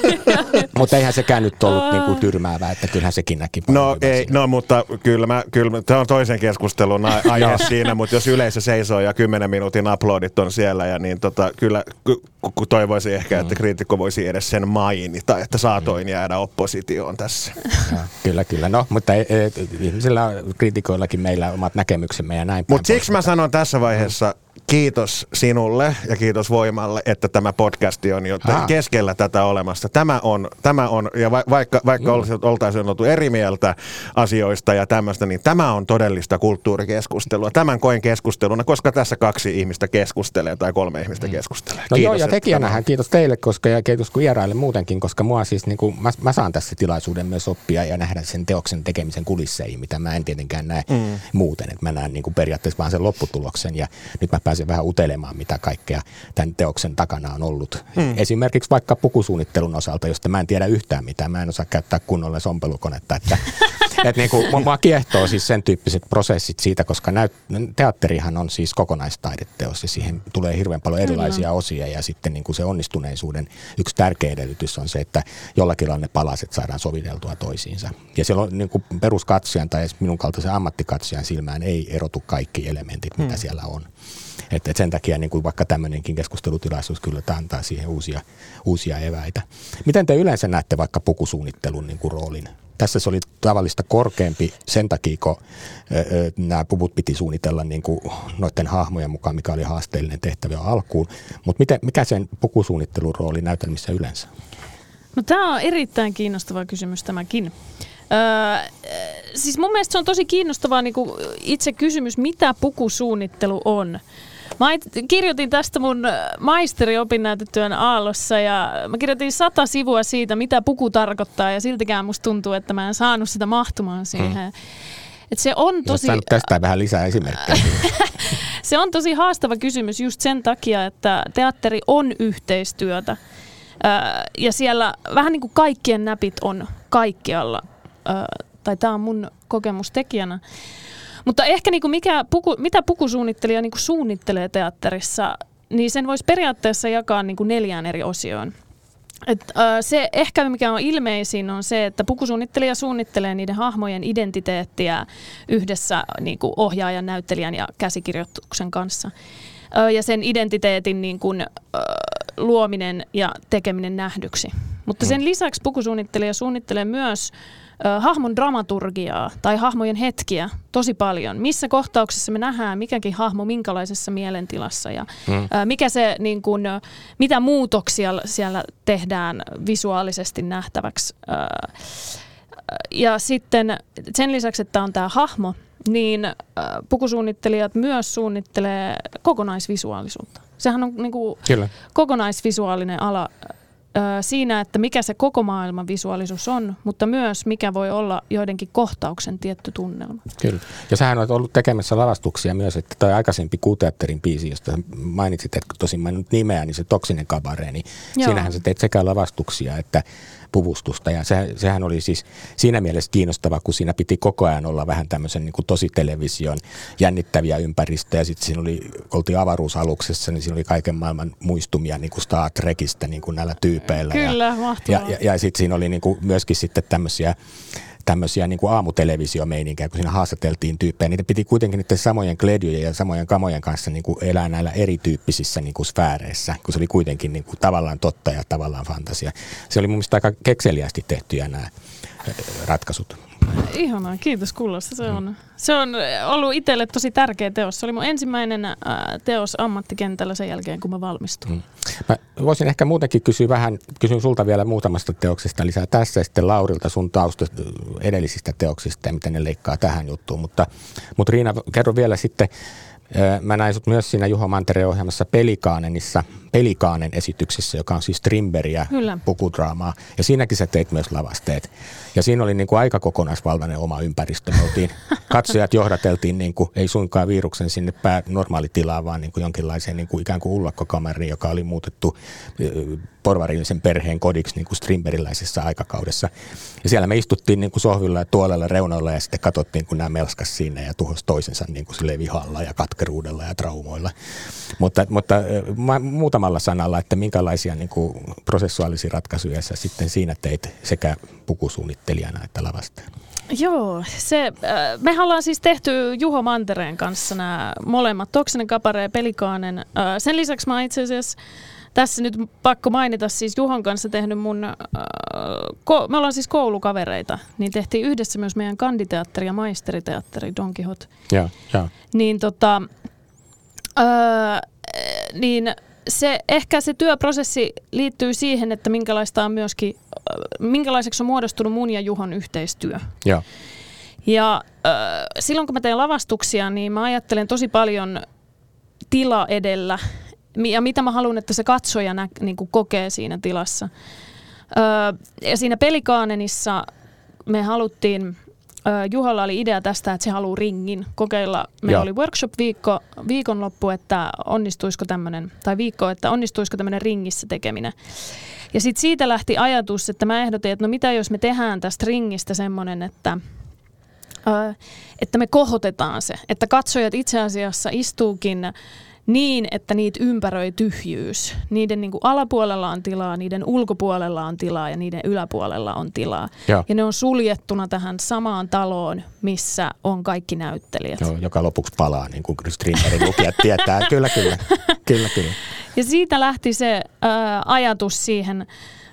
Mutta eihän sekään nyt ollut niinku tyrmäävää, että kyllähän sekin näki. Mutta kyllä tämä on toisen keskustelun aihe siinä, mutta jos yleisö seisoo ja 10 minuutin uploadit on siellä, ja niin kyllä toivoisin ehkä, että kriitikko voisi edes sen mainita, että saatoin jäädä oppositioon tässä. Kyllä. No, mutta ihmisillä, kriitikoillakin meillä on omat näkemyksemme ja näin. Mutta siksi mä sanon tässä vaiheessa kiitos sinulle ja kiitos Voimalle, että tämä podcasti on jo keskellä tätä olemassa. Tämä on ja vaikka oltaisiin oltu eri mieltä asioista ja tämmöistä, niin tämä on todellista kulttuurikeskustelua. Tämän koen keskusteluna, koska tässä 2 ihmistä keskustelee tai 3 ihmistä keskustelee. No kiitos, ja tekijänähän kiitos teille, ja kiitos vieraille muutenkin, koska mua siis, niin kuin, mä saan tässä tilaisuuden myös oppia ja nähdä sen teoksen tekemisen kulisseihin, mitä mä en tietenkään näe muuten. Että mä näen niin kuin periaatteessa vaan sen lopputuloksen, ja nyt mä pääsen vähän utelemaan, mitä kaikkea tämän teoksen takana on ollut. Esimerkiksi vaikka pukusuunnittelun osalta, josta mä en tiedä yhtään mitään. Mä en osaa käyttää kunnolla sompelukonetta. Että niin kuin, mua kiehtoo siis sen tyyppiset prosessit siitä, koska teatterihan on siis kokonaistaideteos ja siihen tulee hirveän paljon erilaisia osia, ja sitten niin kuin se onnistuneisuuden yksi tärkeä edellytys on se, että jollakin lailla ne palaset saadaan soviteltua toisiinsa. Ja silloin niin kuin peruskatsojan tai minun kaltaisen ammattikatsojan silmään ei erotu kaikki elementit, mitä siellä on. Että sen takia niin kuin vaikka tämmöinenkin keskustelutilaisuus kyllä antaa siihen uusia eväitä. Miten te yleensä näette vaikka pukusuunnittelun niin kuin roolin? Tässä se oli tavallista korkeampi sen takia, kun nämä puvut piti suunnitella niin kuin noiden hahmojen mukaan, mikä oli haasteellinen tehtävä alkuun. Mutta mikä sen pukusuunnittelun rooli näytelmissä yleensä? No, tämä on erittäin kiinnostava kysymys tämäkin. Siis mun mielestä se on tosi kiinnostavaa niin kuin itse kysymys, mitä pukusuunnittelu on. Mä kirjoitin tästä mun maisteriopinnäytetyön Aallossa, ja mä kirjoitin 100 sivua siitä, mitä puku tarkoittaa, ja siltikään musta tuntuu, että mä en saanut sitä mahtumaan siihen. Et se on tosi... Jos tästä vähän lisää esimerkkejä. Se on tosi haastava kysymys just sen takia, että teatteri on yhteistyötä. Ja siellä vähän niin kuin kaikkien näpit on kaikkialla. Tai tämä on mun kokemus tekijänä. Mutta ehkä niin kuin mitä pukusuunnittelija niin kuin suunnittelee teatterissa, niin sen voisi periaatteessa jakaa niin kuin 4 eri osioon. Se ehkä mikä on ilmeisin on se, että pukusuunnittelija suunnittelee niiden hahmojen identiteettiä yhdessä niin kuin ohjaajan, näyttelijän ja käsikirjoituksen kanssa. Ja sen identiteetin niin kuin, luominen ja tekeminen nähdyksi. Mutta sen lisäksi pukusuunnittelija suunnittelee myös hahmon dramaturgiaa tai hahmojen hetkiä tosi paljon. Missä kohtauksessa me nähdään mikäkin hahmo minkälaisessa mielentilassa ja mikä se, niin kun, mitä muutoksia siellä tehdään visuaalisesti nähtäväksi. Ja sitten sen lisäksi, että on tämä hahmo, niin pukusuunnittelijat myös suunnittelee kokonaisvisuaalisuutta. Sehän on niin kuin kokonaisvisuaalinen ala siinä, että mikä se koko maailman visuaalisuus on, mutta myös mikä voi olla joidenkin kohtauksen tietty tunnelma. Kyllä. Ja sähän olet ollut tekemässä lavastuksia myös, että toi aikaisempi Kuuteatterin biisi, josta mainitsit, että tosin mä nyt nimeä, niin se Toksinen kabaree, niin siinähän sä teet sekä lavastuksia että puvustusta, ja sehän oli siis siinä mielessä kiinnostava, kun siinä piti koko ajan olla vähän tämmöisen niin kuin tositelevision jännittäviä ympäristöjä, ja sitten siinä oltiin avaruusaluksessa, niin siinä oli kaiken maailman muistumia niin kuin Star Trekistä niin kuin näillä tyypeillä. Kyllä, mahtavaa. Ja sitten siinä oli niin kuin myöskin sitten tämmöisiä niin kuin aamutelevisiomeininkiä, kun siinä haastateltiin tyyppejä. Niitä piti kuitenkin niiden samojen kledjujen ja samojen kamojen kanssa niin kuin elää näillä erityyppisissä niin kuin sfääreissä, kun se oli kuitenkin niin kuin tavallaan totta ja tavallaan fantasia. Se oli mun mielestä aika kekseliästi tehtyjä nämä ratkaisut. Ihanaa, kiitos kuulosta. Se on ollut itselle tosi tärkeä teos. Se oli mun ensimmäinen teos ammattikentällä sen jälkeen, kun mä valmistuin. Mä voisin ehkä muutenkin kysyn sulta vielä muutamasta teoksesta lisää tässä, ja sitten Laurilta sun taustasta edellisistä teoksista ja miten ne leikkaa tähän juttuun. Mutta Riina, kerro vielä sitten, Mä näin sut myös siinä Juho Mantereen ohjelmassa Pelikaanen esityksessä, joka on siis Strindbergia, pukudraamaa. Ja siinäkin sä teit myös lavasteet. Ja siinä oli niin kuin aika kokonaisvaltainen oma ympäristö. Me oltiin, katsojat johdateltiin niin kuin, ei suinkaan viruksen sinne normaalitilaan, vaan niin kuin jonkinlaiseen niin kuin ikään kuin ullakkokamariin, joka oli muutettu porvarillisen perheen kodiksi niin kuin strindbergiläisessä aikakaudessa. Ja siellä me istuttiin niin kuin sohvilla ja tuolella reunoilla ja sitten katsottiin, kun nämä melskas siinä ja tuhos toisensa niin kuin silleen vihalla ja katkeruudella ja traumoilla. Mutta muutamalla sanalla, että minkälaisia niin kuin prosessuaalisia ratkaisuja sä sitten siinä teit sekä pukusuunnittelijana että lavastajana? Joo, me ollaan siis tehty Juho Mantereen kanssa nämä molemmat, Toksinen kapare ja Pelikaanen. Sen lisäksi mä itse asiassa tässä nyt pakko mainita siis Juhon kanssa tehnyt me ollaan siis koulukavereita, niin tehtiin yhdessä myös meidän kanditeatteri ja maisteriteatteri Don Quixote. Ja. Niin niin ehkä se työprosessi liittyy siihen, että minkälaiseksi on muodostunut mun ja Juhon yhteistyö. Ja. Ja silloin kun mä teen lavastuksia, niin mä ajattelen tosi paljon tila edellä ja mitä mä haluan, että se katsoja niin kuin kokee siinä tilassa. Ja siinä Pelikaanenissa me haluttiin, Juholla oli idea tästä, että se haluaa ringin kokeilla. Meillä oli workshop-viikonloppu, että onnistuisiko tämmöinen, tai viikko, että onnistuisiko tämmöinen ringissä tekeminen. Ja sitten siitä lähti ajatus, että mä ehdotin, että no mitä jos me tehdään tästä ringistä semmoinen, että me kohotetaan se, että katsojat itse asiassa istuukin niin, että niitä ympäröi tyhjyys. Niiden niin kuin alapuolella on tilaa, niiden ulkopuolella on tilaa ja niiden yläpuolella on tilaa. Ja ne on suljettuna tähän samaan taloon, missä on kaikki näyttelijät. Joo, joka lopuksi palaa, niin kuin Strindbergin lukijat tietää. Kyllä. Ja siitä lähti se ajatus siihen.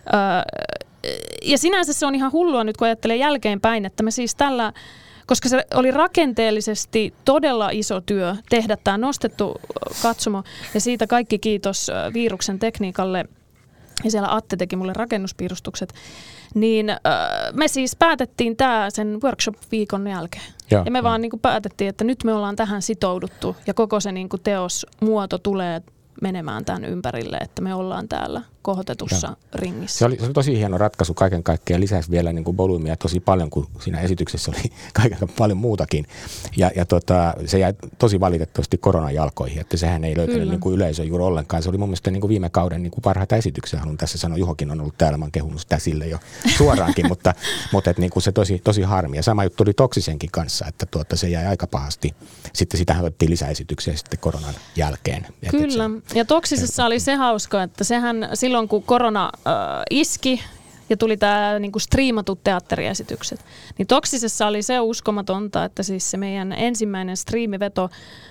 Ja sinänsä se on ihan hullua nyt, kun ajattelee jälkeenpäin, että me siis tällä... Koska se oli rakenteellisesti todella iso työ tehdä tämä nostettu katsomo. Ja siitä kaikki kiitos Viruksen tekniikalle. Ja siellä Atte teki mulle rakennuspiirustukset. Niin me siis päätettiin tämä sen workshop-viikon jälkeen. Ja me vaan niin kuin päätettiin, että nyt me ollaan tähän sitouduttu. Ja koko se niin kuin teosmuoto tulee menemään tämän ympärille, että me ollaan täällä kohotetussa ringissä. Se oli tosi hieno ratkaisu kaiken kaikkiaan. Lisäsi vielä niin kuin volyymia tosi paljon, kun siinä esityksessä oli kaiken paljon muutakin. Ja se jäi tosi valitettavasti koronan jalkoihin, että sehän ei löytänyt niin kuin yleisöä juuri ollenkaan. Se oli mun mielestä niin kuin viime kauden niin kuin parhaita esityksiä. Haluan tässä sanoa, Juhokin on ollut täällä, mä oon kehunut sitä sille jo suoraankin, mutta että niin kuin se tosi harmi. Ja sama juttu oli Toksisenkin kanssa, että se jäi aika pahasti. Sitten sitähän otettiin lisäesityksiä sitten koronan jälkeen. Kyllä. Ja Toksisessa oli se hauska, että sehän silloin kun korona iski ja tuli tämä niinku striimatut teatteriesitykset, niin Toksisessa oli se uskomatonta, että siis se meidän ensimmäinen striimiveto,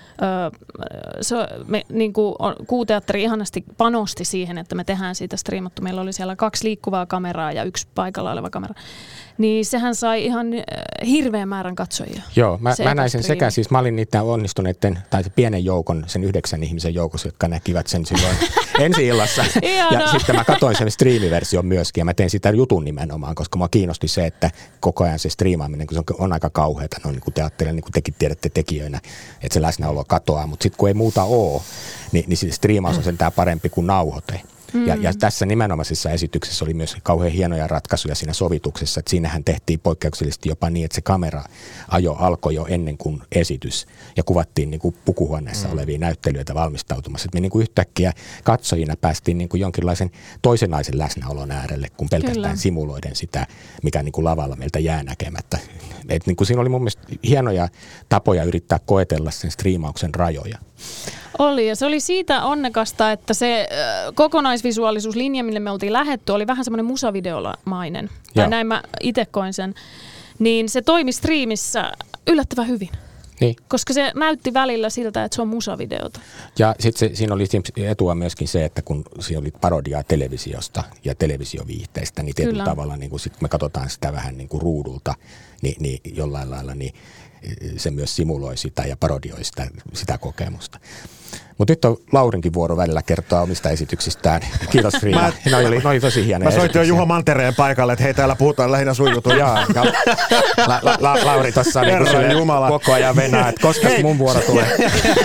niinku Kuuteatteri ihanasti panosti siihen, että me tehdään siitä striimattu. Meillä oli siellä 2 liikkuvaa kameraa ja 1 paikalla oleva kamera. Niin sehän sai ihan hirveän määrän katsojia. Joo, mä näin sen sekä, siis mä olin niitä onnistuneiden, tai se pienen joukon, sen 9 ihmisen joukossa, jotka näkivät sen silloin ensi-illassa. Ja sitten mä katsoin sen striimiversion myöskin, ja mä tein sitä jutun nimenomaan, koska mua kiinnosti se, että koko ajan se striimaaminen, kun se on aika kauheata, no niin kuin teatterilla, niin kuin tekin tiedätte tekijöinä, että se läsnäolo katoaa, mutta sitten kun ei muuta ole, niin se striimaus on sentään parempi kuin nauhoite. Ja tässä nimenomaisessa esityksessä oli myös kauhean hienoja ratkaisuja siinä sovituksessa, että siinähän tehtiin poikkeuksellisesti jopa niin, että se kamera-ajo alkoi jo ennen kuin esitys ja kuvattiin niin kuin pukuhuoneessa olevia näyttelijöitä valmistautumassa. Että me niin kuin yhtäkkiä katsojina päästiin niin kuin jonkinlaisen toisenlaisen läsnäolon äärelle, kun pelkästään simuloiden sitä, mikä niin kuin lavalla meiltä jää näkemättä. Et niin kuin siinä oli mun mielestä hienoja tapoja yrittää koetella sen striimauksen rajoja. Oli, ja se oli siitä onnekasta, että se kokonaisvisuaalisuuslinja, mille me oltiin lähdetty, oli vähän semmoinen musavideolamainen. Tai näin mä itse koin sen. Niin se toimi striimissä yllättävän hyvin. Niin. Koska se näytti välillä siltä, että se on musavideota. Ja sitten siinä oli etua myöskin se, että kun siinä oli parodiaa televisiosta ja televisioviihteistä, niin tietyllä tavalla niin kun sit me katsotaan sitä vähän niin kuin ruudulta, niin jollain lailla, niin se myös simuloi sitä ja parodioi sitä kokemusta. Mutta nyt on Laurinkin vuoro välillä kertoa omista esityksistään. Kiitos Riina. Ne oli tosi hienoja. Mä soitin jo Juha Mantereen paikalle, että hei, täällä puhutaan lähinnä sun jutuja. Lauri tuossa niin koko ajan venää, että koska mun vuoro tulee.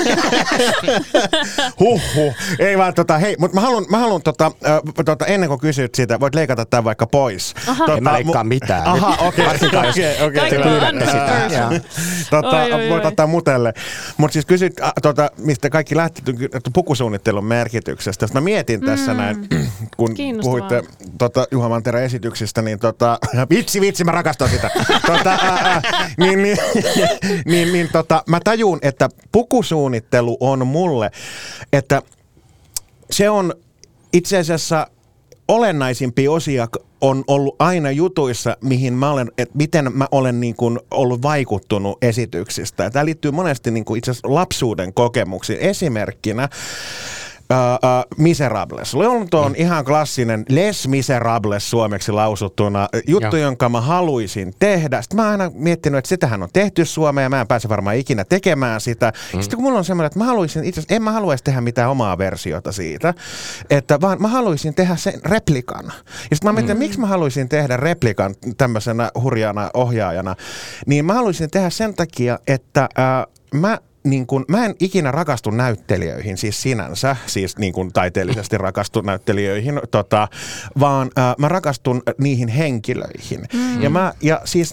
Huhhuh. Ei vaan hei, mutta mä haluan ennen kuin kysyt siitä, voit leikata tämän vaikka pois. En mä leikkaa mitään. Aha, okei. Te pyydätte sitä. Voit ottaa mutelle. Mutta siis kysyt, mistä kaikki lähti pukusuunnittelun merkityksestä. Mä mietin tässä näin, kun puhuitte Juha Mantereen esityksistä, niin vitsi, mä rakastan sitä. Mä tajun, että pukusuunnittelu on mulle, että se on itse asiassa olennaisimpia osia on ollut aina jutuissa, miten mä olen niin kuin ollut vaikuttunut esityksistä. Ja tämä liittyy monesti niin kuin itse asiassa lapsuuden kokemuksiin. Esimerkkinä Miserables. Lonto on ihan klassinen Les Miserables suomeksi lausuttuna juttu, jonka mä haluaisin tehdä. Sitten mä oon aina miettinyt, että sitähän on tehty Suomeen ja mä en pääse varmaan ikinä tekemään sitä. Sitten kun mulla on semmoinen, että mä haluaisin itse asiassa, en mä haluaisi tehdä mitään omaa versiota siitä, että vaan mä haluaisin tehdä sen replikan. Ja sitten mä mietin, miksi mä haluaisin tehdä replikan tämmöisenä hurjana ohjaajana, niin mä haluaisin tehdä sen takia, että mä en ikinä rakastu näyttelijöihin, siis sinänsä, siis niin kuin taiteellisesti rakastu näyttelijöihin, vaan mä rakastun niihin henkilöihin. Ja siis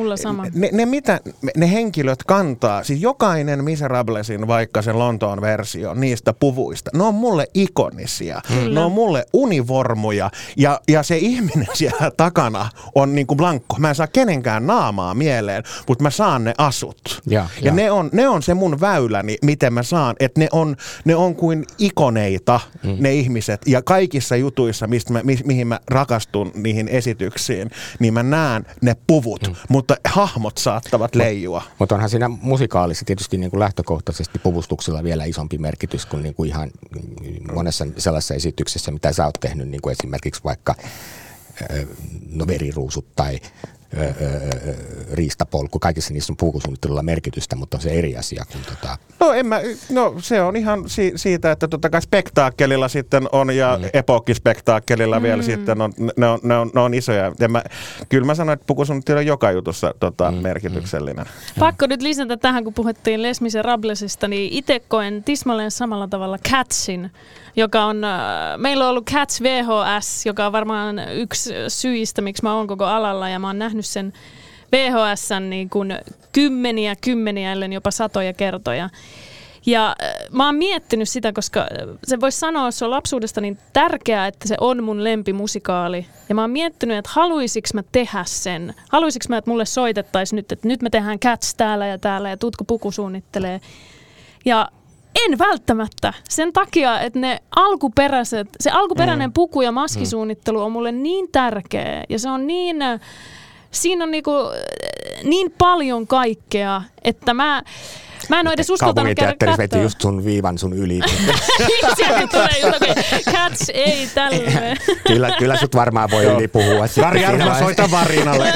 ne henkilöt kantaa, siis jokainen Miserablesin, vaikka sen Lontoon versio niistä puvuista, ne on mulle ikonisia, ne on mulle univormuja, ja se ihminen siellä takana on niin kuin blankko. Mä en saa kenenkään naamaa mieleen, mutta mä saan ne asut. Ja ne on se mun väyläni, miten mä saan, että ne on kuin ikoneita, ne ihmiset, ja kaikissa jutuissa, mihin mä rakastun niihin esityksiin, niin mä näen ne puvut, mutta hahmot saattavat leijua. Mutta onhan siinä musikaalissa tietysti niin kuin lähtökohtaisesti puvustuksella vielä isompi merkitys kuin, niin kuin ihan monessa sellaisessa esityksessä, mitä sä oot tehnyt, niin kuin esimerkiksi vaikka Veriruusut tai riistapolku. Kaikissa niissä on pukusuunnittelulla merkitystä, mutta on se eri asia kuin se on ihan siitä, että totta kai spektaakkelilla sitten on ja epokkispektaakkelilla vielä sitten on, ne on isoja. Kyllä mä sanoin, että pukusuunnittelu on joka jutussa merkityksellinen. Pakko nyt lisätä tähän, kun puhuttiin Les Miserablesista, niin itse koen tismalleen samalla tavalla Catsin, joka on, meillä on ollut Cats VHS, joka on varmaan yksi syistä, miksi mä oon koko alalla, ja mä oon nähnyt sen VHS:n niin kuin kymmeniä, ellen jopa satoja kertoja. Ja mä oon miettinyt sitä, koska se voisi sanoa, että se on lapsuudesta niin tärkeää, että se on mun lempimusikaali. Ja mä oon miettinyt, että haluaisinko mä tehdä sen. Haluaisinko mä, että mulle soitettaisiin nyt, että nyt me tehdään Cats täällä ja Tutko Puku suunnittelee. Ja en välttämättä. Sen takia, että se alkuperäinen puku- ja maskisuunnittelu on mulle niin tärkeä. Ja se on siinä on niin paljon kaikkea, että mä en ole edes uskaltanut käydä Kaupunginteatterissa veti just sun viivan sun yli. Sieltä tulee jotakin. Cats ei tälleen. Kyllä sut varmaan voi yli puhua. Kari Arvola, soita Varinalle.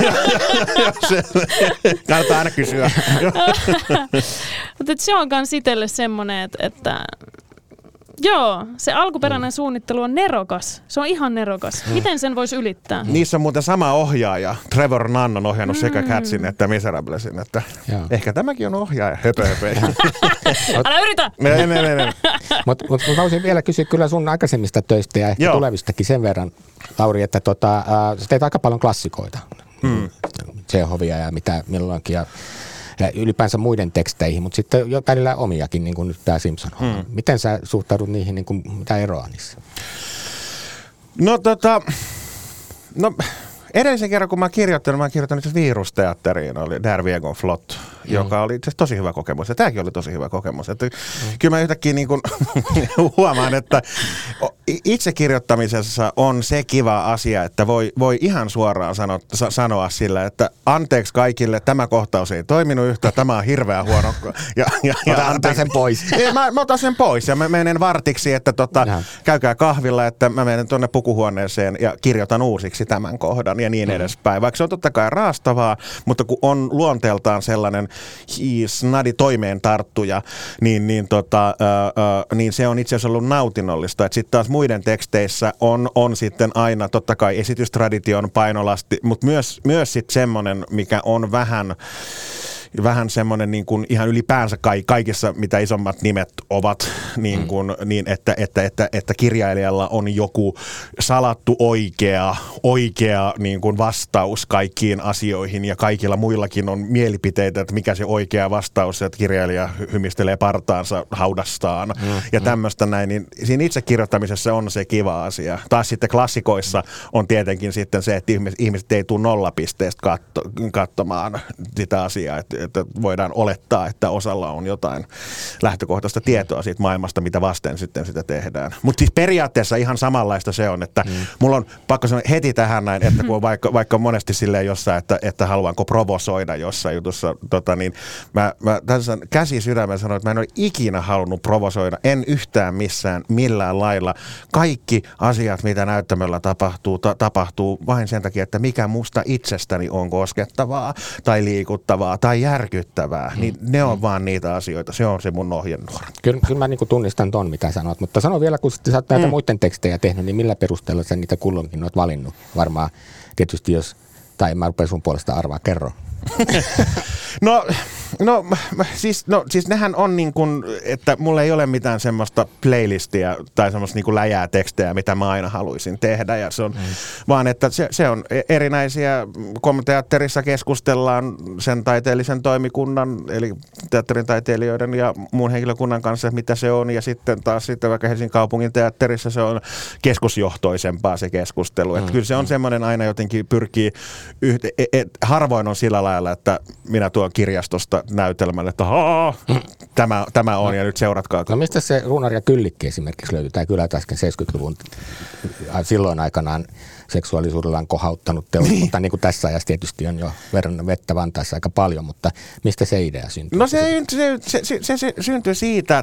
Kannattaa aina kysyä. Mutta se on kans itselle semmoinen, että joo, se alkuperäinen suunnittelu on nerokas. Se on ihan nerokas. Miten sen voisi ylittää? Niissä on muuten sama ohjaaja. Trevor Nunn on ohjannut sekä Catsin että Miserablesin. Että ehkä tämäkin on ohjaaja. Höpö. Älä yritä! Mutta mä voisin vielä kysyä kyllä sun aikaisemmista töistä ja ehkä tulevistakin sen verran, Lauri, että sä teet aika paljon klassikoita. Tšekhovia ja mitä milloinkin. Ja ylipäänsä muiden teksteihin, mutta sitten jo välillä omiakin, niin kuin nyt tämä Simpson-homma. Miten sä suhtaudut niihin, niin kuin, mitä eroa niissä? Edellisen kerran, kun mä kirjoittanut itse Virusteatteriin, oli Der Weg und Flott, joka oli itse tosi hyvä kokemus. Ja tämäkin oli tosi hyvä kokemus. Että kyllä mä yhtäkkiä niin kuin huomaan, että itse kirjoittamisessa on se kiva asia, että voi ihan suoraan sanoa sillä, että anteeksi kaikille, tämä kohtaus ei toiminut yhtään, tämä on hirveän huono. Otan sen pois. Mä otan sen pois ja mä menen vartiksi, että käykää kahvilla, että mä menen tuonne pukuhuoneeseen ja kirjoitan uusiksi tämän kohdan ja niin edespäin. Vaikka se on totta kai raastavaa, mutta kun on luonteeltaan sellainen snadi toimeen tarttuja, niin se on itse asiassa ollut nautinnollista. Sitten taas muiden teksteissä on sitten aina totta kai esitystradition painolasti, mutta myös sitten semmoinen, mikä on vähän semmoinen niin kuin ihan ylipäänsä kaikissa, mitä isommat nimet ovat, niin että kirjailijalla on joku salattu oikea niin kuin vastaus kaikkiin asioihin ja kaikilla muillakin on mielipiteitä, että mikä se oikea vastaus, että kirjailija hymistelee partaansa haudastaan ja tämmöistä näin, niin siinä itse kirjoittamisessa on se kiva asia. Taas sitten klassikoissa on tietenkin sitten se, että ihmiset ei tule nollapisteestä katsomaan sitä asiaa, että voidaan olettaa, että osalla on jotain lähtökohtaista tietoa siitä maailmasta, mitä vasten sitten sitä tehdään. Mutta siis periaatteessa ihan samanlaista se on, että mulla on pakko sanoa heti tähän näin, että kun vaikka monesti silleen jossain, että haluanko provosoida jossain jutussa, niin mä tässä käsi sydämen sanoin, että mä en ole ikinä halunnut provosoida, en yhtään missään millään lailla. Kaikki asiat, mitä näyttämöllä tapahtuu vain sen takia, että mikä musta itsestäni on koskettavaa tai liikuttavaa tai järkyttävää, niin ne on vaan niitä asioita. Se on se mun ohjenuora. Kyllä mä niin kuin tunnistan ton, mitä sanot, mutta sano vielä, kun sä oot näitä muiden tekstejä tehnyt, niin millä perusteella sä niitä kulloinkin oot valinnut? Varmaan tietysti tai mä rupean sun puolesta arvaa, kerro. Siis nehän on niin kuin, että mulla ei ole mitään semmoista playlistia tai semmoista niin kuin läjää tekstejä, mitä mä aina haluaisin tehdä. Ja se on, vaan että se on erinäisiä, teatterissa keskustellaan sen taiteellisen toimikunnan, eli teatterin taiteilijoiden ja muun henkilökunnan kanssa, mitä se on. Ja sitten taas vaikka Helsingin kaupungin teatterissa se on keskusjohtoisempaa se keskustelu. Että kyllä se on semmoinen aina jotenkin pyrkii, harvoin on sillä lailla, että minä tuon kirjastosta näytelmälle, että tämä on ja nyt seuratkaa. No mistä se Ruunari ja Kyllikki esimerkiksi löytyy? Tämä kyllä äsken 70-luvun silloin aikanaan seksuaalisuudellaan kohauttanut teos, mutta niin kuin tässä ajassa tietysti on jo verran vettä Vantaassa aika paljon, mutta mistä se idea syntyy? No se syntyy siitä,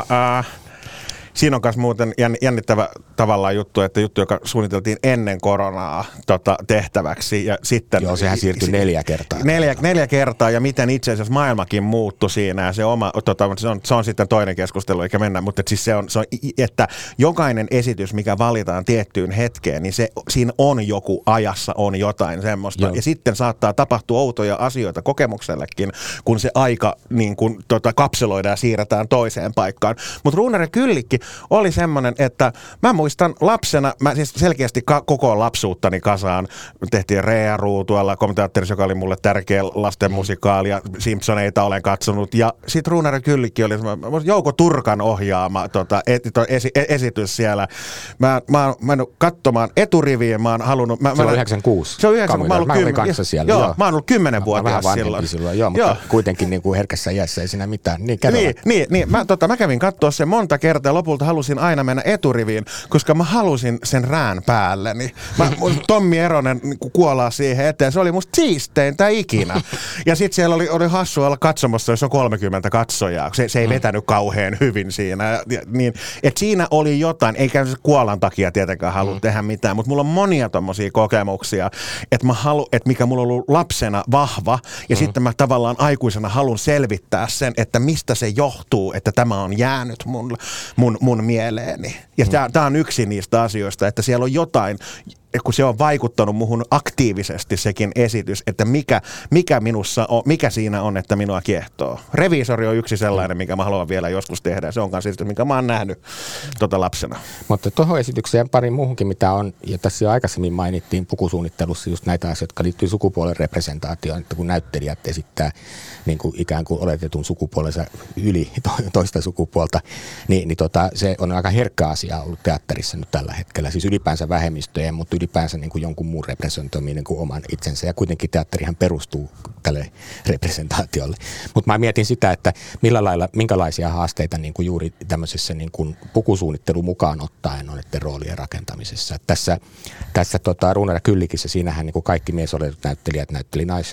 siinä on myös muuten jännittävä tavallaan juttu, että juttu, joka suunniteltiin ennen koronaa tehtäväksi. Ja sitten, joo, sehän siirtyi 4 kertaa. 4 kertaa, ja miten itse asiassa maailmakin muuttui siinä. Ja se se on sitten toinen keskustelu, eikä mennä. Mutta siis se on, että jokainen esitys, mikä valitaan tiettyyn hetkeen, niin siinä on joku ajassa, on jotain semmoista. Joo. Ja sitten saattaa tapahtua outoja asioita kokemuksellekin, kun se aika niin kun, kapseloidaan ja siirretään toiseen paikkaan. Mutta Ruunari ja Kyllikki oli semmoinen, että mä muistan lapsena, mä siis selkeästi koko lapsuuttani kasaan, tehtiin Rea-ruu tuolla komiteatterissa, joka oli mulle tärkeä lastenmusikaali, ja Simpsoneita olen katsonut, ja sit Ruunari ja Kyllikki oli Jouko Turkan ohjaama esitys siellä. Mä en ole katsomaan eturiviin, mä oon halunnut... Se on 96. Se on 96, mä olin kanssa siellä. Joo, mä oon ollut 10-vuotias silloin. Joo, mutta kuitenkin niin kuin herkässä iässä ei siinä mitään. Niin, mä kävin katsoa sen monta kertaa, lopulta halusin aina mennä eturiviin, koska mä halusin sen rään päälleni. Tommi Eronen kuolaa siihen eteen. Se oli musta siisteintä ikinä. Ja sit siellä oli hassua olla katsomassa, jos on 30 katsojaa. Se ei vetänyt kauhean hyvin siinä. Niin, et siinä oli jotain, eikä se kuolan takia tietenkään halua tehdä mitään, mutta mulla on monia tommosia kokemuksia, että mikä mulla on ollut lapsena vahva, ja sitten mä tavallaan aikuisena haluan selvittää sen, että mistä se johtuu, että tämä on jäänyt mun mieleeni. Ja tämä on yksi niistä asioista, että siellä on jotain, kun se on vaikuttanut muhun aktiivisesti sekin esitys, että mikä minussa on, mikä siinä on, että minua kiehtoo. Reviisori on yksi sellainen, mikä mä haluan vielä joskus tehdä, ja se on kanssa esitys, mikä mä oon nähnyt lapsena. Mutta tuohon esitykseen pari muuhunkin, mitä on, ja tässä jo aikaisemmin mainittiin pukusuunnittelussa just näitä asioita, jotka liittyy sukupuolen representaatioon, että kun näyttelijät esittää niin kuin ikään kuin oletetun sukupuolensa yli toista sukupuolta, niin se on aika herkkä asia ollut teatterissa nyt tällä hetkellä, siis ylipäänsä vähemmistöjen, mutta ylipäänsä niin kuin jonkun muun representoiminen kuin oman itsensä, ja kuitenkin teatterihan perustuu tälle representaatiolle. Mutta mä mietin sitä, että minkälaisia haasteita niin kuin juuri tämmöisessä niin kuin pukusuunnittelu mukaan ottaen on näiden roolien rakentamisessa. Tässä Ruunari ja Kyllikissä siinähän niin kuin kaikki miesoletut näyttelijät näytteli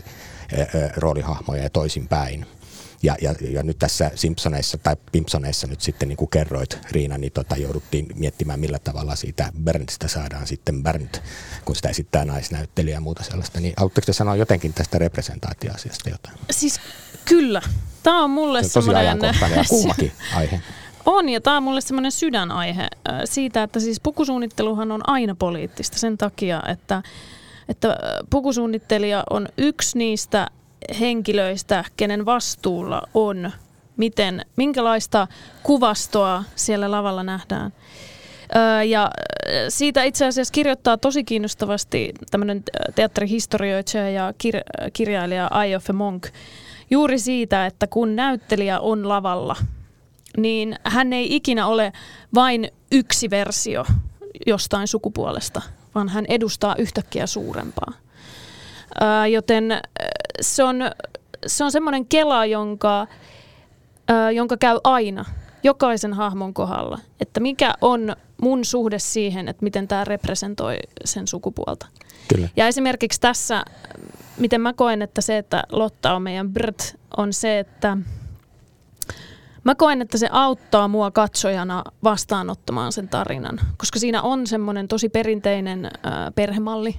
roolihahmoja ja toisinpäin. Ja nyt tässä Simpsoneissa tai Pimpsoneissa nyt sitten niin kuin kerroit, Riina, niin jouduttiin miettimään, millä tavalla siitä Berntistä saadaan sitten Bernt, kun sitä esittää naisnäyttelijä ja muuta sellaista. Niin haluatteko te sanoa jotenkin tästä representaatioasiasta jotain? Siis kyllä. Tämä on mulle se on tosi ajankohtainen ja kuumakin aihe. On, ja tämä on mulle semmoinen sydänaihe siitä, että siis pukusuunnitteluhan on aina poliittista sen takia, että pukusuunnittelija on yksi niistä henkilöistä, kenen vastuulla on, minkälaista kuvastoa siellä lavalla nähdään. Ja siitä itse asiassa kirjoittaa tosi kiinnostavasti tämmöinen teatterihistorioitsija ja kirjailija I.F. Monk juuri siitä, että kun näyttelijä on lavalla, niin hän ei ikinä ole vain yksi versio jostain sukupuolesta, vaan hän edustaa yhtäkkiä suurempaa. Joten se on semmoinen kela, jonka käy aina jokaisen hahmon kohdalla, että mikä on mun suhde siihen, että miten tämä representoi sen sukupuolta. Kyllä. Ja esimerkiksi tässä, miten mä koen, että se, että Lotta on meidän Brt, on se, että mä koen, että se auttaa mua katsojana vastaanottamaan sen tarinan, koska siinä on semmoinen tosi perinteinen perhemalli.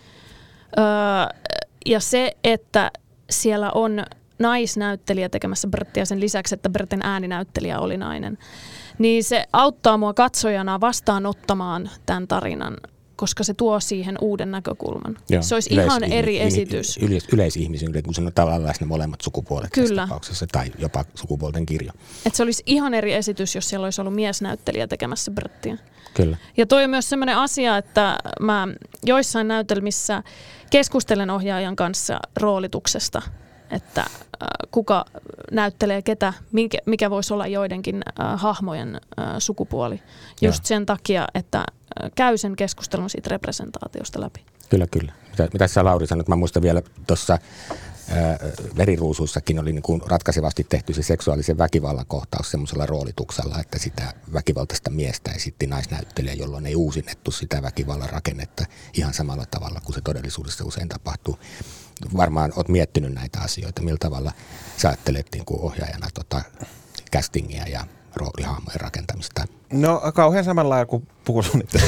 Ja se, että siellä on naisnäyttelijä tekemässä Berttiä sen lisäksi, että Bertin ääninäyttelijä oli nainen, niin se auttaa mua katsojana vastaanottamaan tämän tarinan, koska se tuo siihen uuden näkökulman. Joo, se olisi ihan eri esitys. Yleisihmisyyden, kun siinä on tavallaan ne molemmat sukupuolet tässä tapauksessa, tai jopa sukupuolten kirjo. Että se olisi ihan eri esitys, jos siellä olisi ollut miesnäyttelijä tekemässä Berttiä. Kyllä. Ja toi on myös sellainen asia, että mä joissain näytelmissä keskustelen ohjaajan kanssa roolituksesta, että kuka näyttelee ketä, mikä voisi olla joidenkin hahmojen sukupuoli. Just sen takia, että käy sen keskustelun siitä representaatiosta läpi. Kyllä. Mitä sä Lauri sanoit? Mä muistan vielä tuossa Veriruusuissakin oli niin kuin ratkaisevasti tehty se seksuaalisen väkivallan kohtaus semmoisella roolituksella, että sitä väkivaltaista miestä esitti naisnäyttelijä, jolloin ei uusinnettu sitä väkivallan rakennetta ihan samalla tavalla kuin se todellisuudessa usein tapahtuu. Varmaan oot miettinyt näitä asioita, millä tavalla sä ajattelet niin kuin ohjaajana castingia ja roolihahmojen rakentamista? No kauhean samalla lailla kuin pukusuunnittelija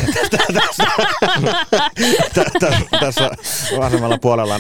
tässä vasemmalla puolella,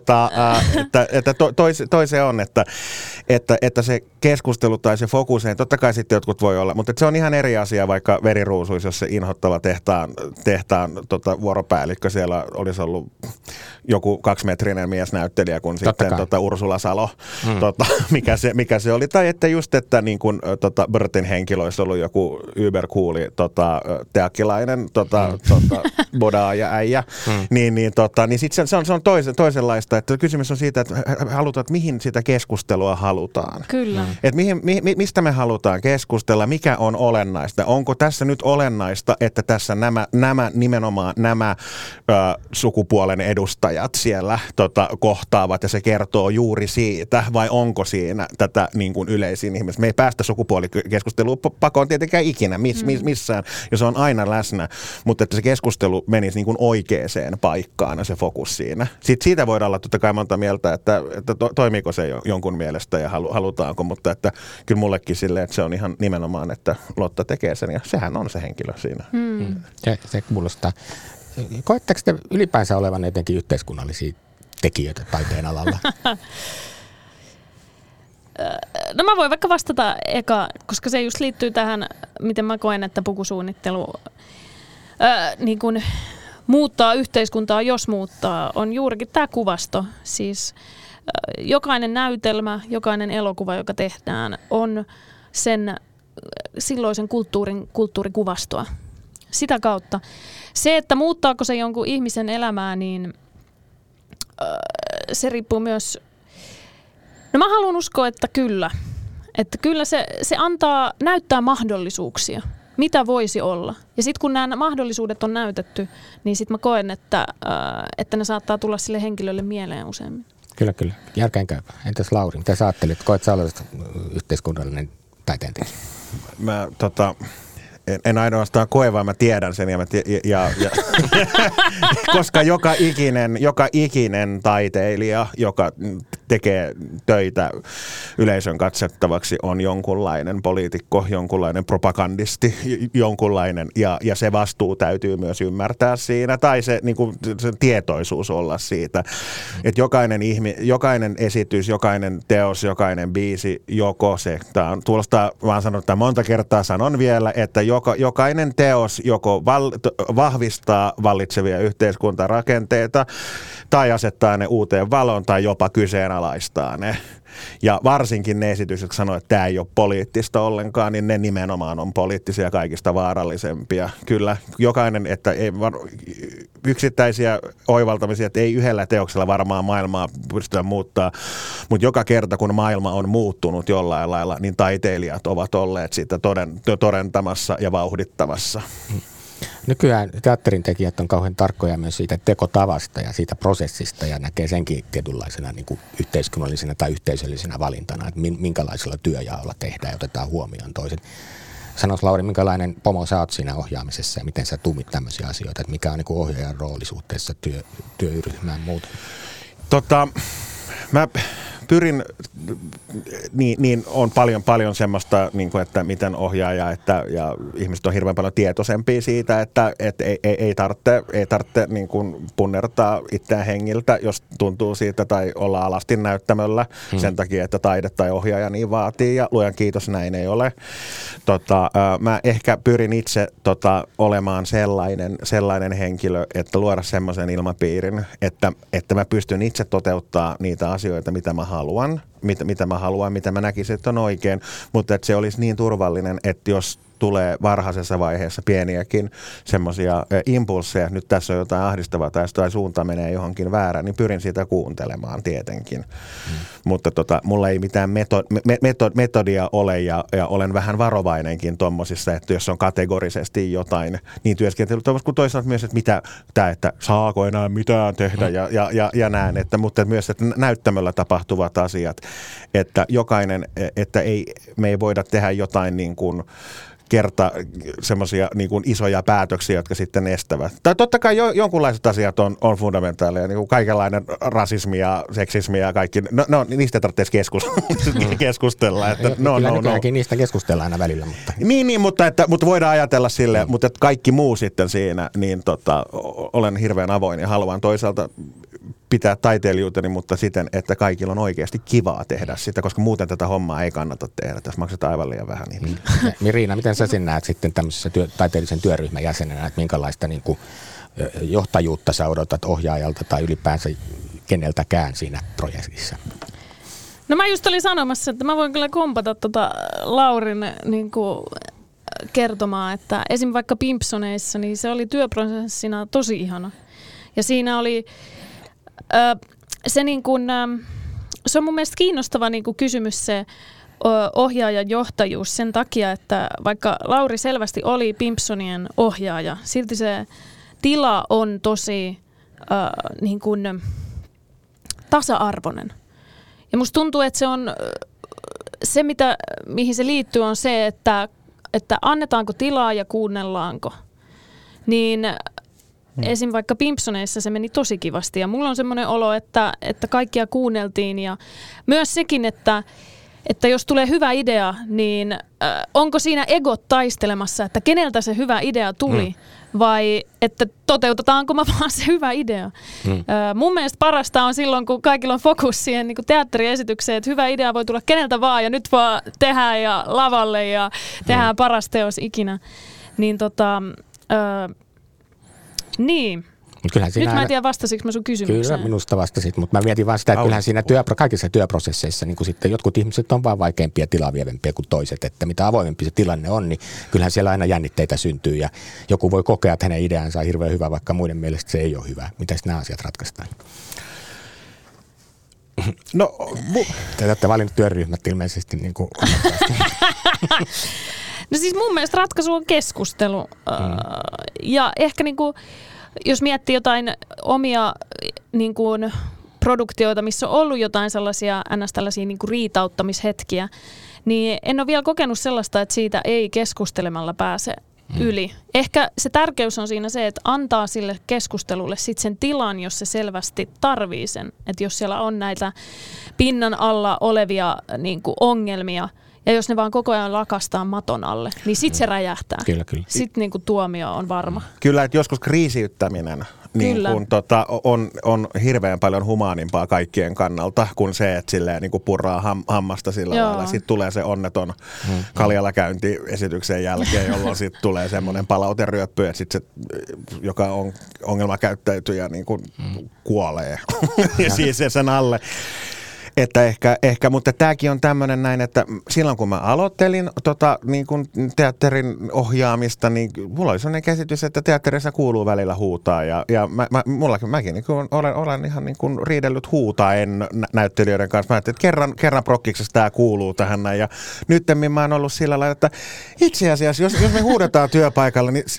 se on, että se keskustelu tai se fokus, totta kai sitten jotkut voi olla, mutta se on ihan eri asia vaikka Veriruusuissa, jos se inhottava tehtaan vuoropäällikkö siellä olisi ollut joku 2-metrinen miesnäyttelijä kuin sitten Ursula Salo, mikä se oli, tai että just, että niin kuin Bertin henkilö olisi ollut joku yberkuuli teakkilainen bodaa ja äijä, niin sitten se on toisenlaista, että kysymys on siitä, että halutaan, että mihin sitä keskustelua halutaan. Kyllä. Että mistä me halutaan keskustella, mikä on olennaista. Onko tässä nyt olennaista, että tässä nimenomaan nämä sukupuolen edustajat siellä kohtaavat ja se kertoo juuri siitä, vai onko siinä tätä niin kuin yleisiin ihmisiä. Me ei päästä sukupuolikeskusteluun pakoon tietenkään ikinä missään, ja se on aina läsnä, mutta että se keskustelu menisi niin kuin oikeaan paikkaan ja se fokus siinä. Sitten siitä voidaan olla totta kai monta mieltä, että toimiiko se jonkun mielestä ja halutaanko, mutta että kyllä mullekin silleen, että se on ihan nimenomaan, että Lotta tekee sen ja sehän on se henkilö siinä. Se kuulostaa. Koetteko te ylipäänsä olevan jotenkin yhteiskunnallisia tekijöitä taiteen alalla? No mä voin vaikka vastata eka, koska se just liittyy tähän, miten mä koen, että pukusuunnittelu niin kun muuttaa yhteiskuntaa, jos muuttaa, on juurikin tämä kuvasto. Siis jokainen näytelmä, jokainen elokuva, joka tehdään, on sen silloisen kulttuurikuvastoa. Sitä kautta. Se, että muuttaako se jonkun ihmisen elämää, niin se riippuu myös. No mä haluan uskoa, että kyllä. Että kyllä se näyttää mahdollisuuksia, mitä voisi olla. Ja sitten kun nämä mahdollisuudet on näytetty, niin sitten mä koen, että ne saattaa tulla sille henkilölle mieleen useammin. Kyllä. Järkeenkäypä. Entäs Lauri, mitä sä ajattelit? Koet sä olevat yhteiskunnallinen taiteentekijä? Mä en ainoastaan koe, vaan mä tiedän sen ja koska joka ikinen taiteilija, joka tekee töitä yleisön katsottavaksi, on jonkunlainen poliitikko, jonkunlainen propagandisti, jonkunlainen, ja se vastuu täytyy myös ymmärtää siinä, tai se, niin kuin, se tietoisuus olla siitä, että jokainen esitys, jokainen teos, jokainen biisi, joko se, tuosta vaan sanon, että monta kertaa sanon vielä, että jokainen teos joko vahvistaa vallitsevia yhteiskuntarakenteita, tai asettaa ne uuteen valoon, tai jopa kyseenalaistaa ne. Ja varsinkin ne esitykset, jotka sanoo, että tämä ei ole poliittista ollenkaan, niin ne nimenomaan on poliittisia ja kaikista vaarallisempia. Kyllä, jokainen, että ei, yksittäisiä oivaltamisia, että ei yhdellä teoksella varmaan maailmaa pystytä muuttaa, mutta joka kerta, kun maailma on muuttunut jollain lailla, niin taiteilijat ovat olleet sitä todentamassa ja vauhdittamassa. Nykyään teatterin tekijät on kauhean tarkkoja myös siitä tekotavasta ja siitä prosessista ja näkee senkin tietynlaisena niin kuin yhteiskunnallisena tai yhteisöllisenä valintana, että minkälaisella työjaolla tehdään ja otetaan huomioon toiset. Sanois Lauri, minkälainen pomo sä oot siinä ohjaamisessa ja miten sä tuumit tämmöisiä asioita, että mikä on niin kuin ohjaajan rooli suhteessa työryhmään muuta? Mä pyrin, niin on paljon semmoista, niin kuin, että miten ohjaaja, ja ihmiset on hirveän paljon tietoisempia siitä, että ei tarvitse niin kuin punnertaa itseään hengiltä, jos tuntuu siitä, tai olla alasti näyttämöllä sen takia, että taide tai ohjaaja niin vaatii, ja luojan kiitos, näin ei ole. Mä ehkä pyrin itse olemaan sellainen henkilö, että luoda semmoisen ilmapiirin, että mä pystyn itse toteuttaa niitä asioita, mitä mä haluan, mitä mä näkisin, että on oikein, mutta että se olisi niin turvallinen, että jos tulee varhaisessa vaiheessa pieniäkin semmoisia impulsseja, nyt tässä on jotain ahdistavaa tai suunta menee johonkin väärään, niin pyrin sitä kuuntelemaan tietenkin. Mutta mulla ei mitään metodia ole ja olen vähän varovainenkin tommosissa, että jos on kategorisesti jotain, niin työskentely kuin toisaalta myös, että mitä tämä, että saako enää mitään tehdä ja näin, mutta myös, että näyttämöllä tapahtuvat asiat, että jokainen, että me ei voida tehdä jotain niin kuin semmoisia niin kuin isoja päätöksiä, jotka sitten estävät. Tai totta kai jonkunlaiset asiat on fundamentaaleja, niin kuin kaikenlainen rasismi ja seksismi ja kaikki. No niistä tarvitsee keskustella. Että, nykyäänkin niistä keskustellaan aina välillä. Mutta. Niin, mutta voidaan ajatella silleen, mutta että kaikki muu sitten siinä, niin olen hirveän avoin ja haluan toisaalta pitää taiteilijuuteni, mutta siten, että kaikilla on oikeasti kivaa tehdä sitä, koska muuten tätä hommaa ei kannata tehdä. Tässä maksetaan aivan liian vähän. Niin. Miriina, miten sä sen näet sitten tämmöisessä taiteellisen työryhmän jäsenenä, että minkälaista niin kuin johtajuutta sä odotat ohjaajalta tai ylipäänsä keneltäkään siinä projektissa? No mä just olin sanomassa, että mä voin kyllä kompata Laurin niin kuin kertomaa, että esim. Vaikka Pimpsoneissa, niin se oli työprosessina tosi ihana. Ja siinä oli se, niin kuin, se on mun mielestä kiinnostava niin kuin kysymys se ohjaajan johtajuus sen takia, että vaikka Lauri selvästi oli Pimpsonien ohjaaja, silti se tila on tosi niin kuin tasa-arvoinen. Ja musta tuntuu, että se on se, mihin se liittyy, on se, että annetaanko tilaa ja kuunnellaanko. Niin esim. Vaikka Pimpsoneissa se meni tosi kivasti ja mulla on semmoinen olo, että kaikkia kuunneltiin ja myös sekin, että jos tulee hyvä idea, niin onko siinä egot taistelemassa, että keneltä se hyvä idea tuli vai että toteutetaanko mä vaan se hyvä idea. Mun mielestä parasta on silloin, kun kaikilla on fokus siihen niin kuin teatteriesitykseen, että hyvä idea voi tulla keneltä vaan ja nyt vaan tehdään ja lavalle ja tehdään paras teos ikinä. Niin niin. Nyt mä en tiedä vastasitko mä sun kysymykseen. Kyllä minusta vastasit, mutta mä mietin vaan sitä, että kyllähän siinä kaikissa työprosesseissa niin sitten jotkut ihmiset on vaan vaikeampia tilavievempiä kuin toiset, että mitä avoimempi se tilanne on, niin kyllähän siellä aina jännitteitä syntyy ja joku voi kokea, että hänen ideansa on hirveän hyvä, vaikka muiden mielestä se ei ole hyvä. Mitäs nämä asiat ratkaistaan? Te olette valinnut työryhmät ilmeisesti niin kuin No siis mun mielestä ratkaisu on keskustelu ja ehkä niinku jos miettii jotain omia niin kuin, produktioita, missä on ollut jotain sellaisia tällaisia niin kuin riitauttamishetkiä, niin en ole vielä kokenut sellaista, että siitä ei keskustelemalla pääse yli. Ehkä se tärkeys on siinä se, että antaa sille keskustelulle sit sen tilan, jos se selvästi tarvii sen. Että jos siellä on näitä pinnan alla olevia niin kuin ongelmia, ja jos ne vaan koko ajan lakastaa maton alle, niin sitten se räjähtää. Kyllä. Sitten niin kuin tuomio on varma. Kyllä, että joskus kriisiyttäminen niin kun, on hirveän paljon humaanimpaa kaikkien kannalta kuin se, että silleen, niin kuin purraa hammasta sillä lailla. Sitten tulee se onneton Kaljalla käynti esityksen jälkeen, jolloin sitten tulee semmoinen palauteryöppy, että sitten se, joka on ongelmakäyttäytyjä, niin kuin kuolee ja siis sen alle. Että ehkä, mutta tämäkin on tämmöinen näin, että silloin kun mä aloittelin niin kun teatterin ohjaamista, niin mulla oli sellainen käsitys, että teatterissa kuuluu välillä huutaa. Ja mäkin niin kun olen ihan niin kun riidellyt huutaen näyttelijöiden kanssa. Mä ajattelin, että kerran prokkiksessa tämä kuuluu tähän näin. Ja nyttemmin mä oon ollut sillä lailla, että itse asiassa, jos me huudetaan työpaikalla, niin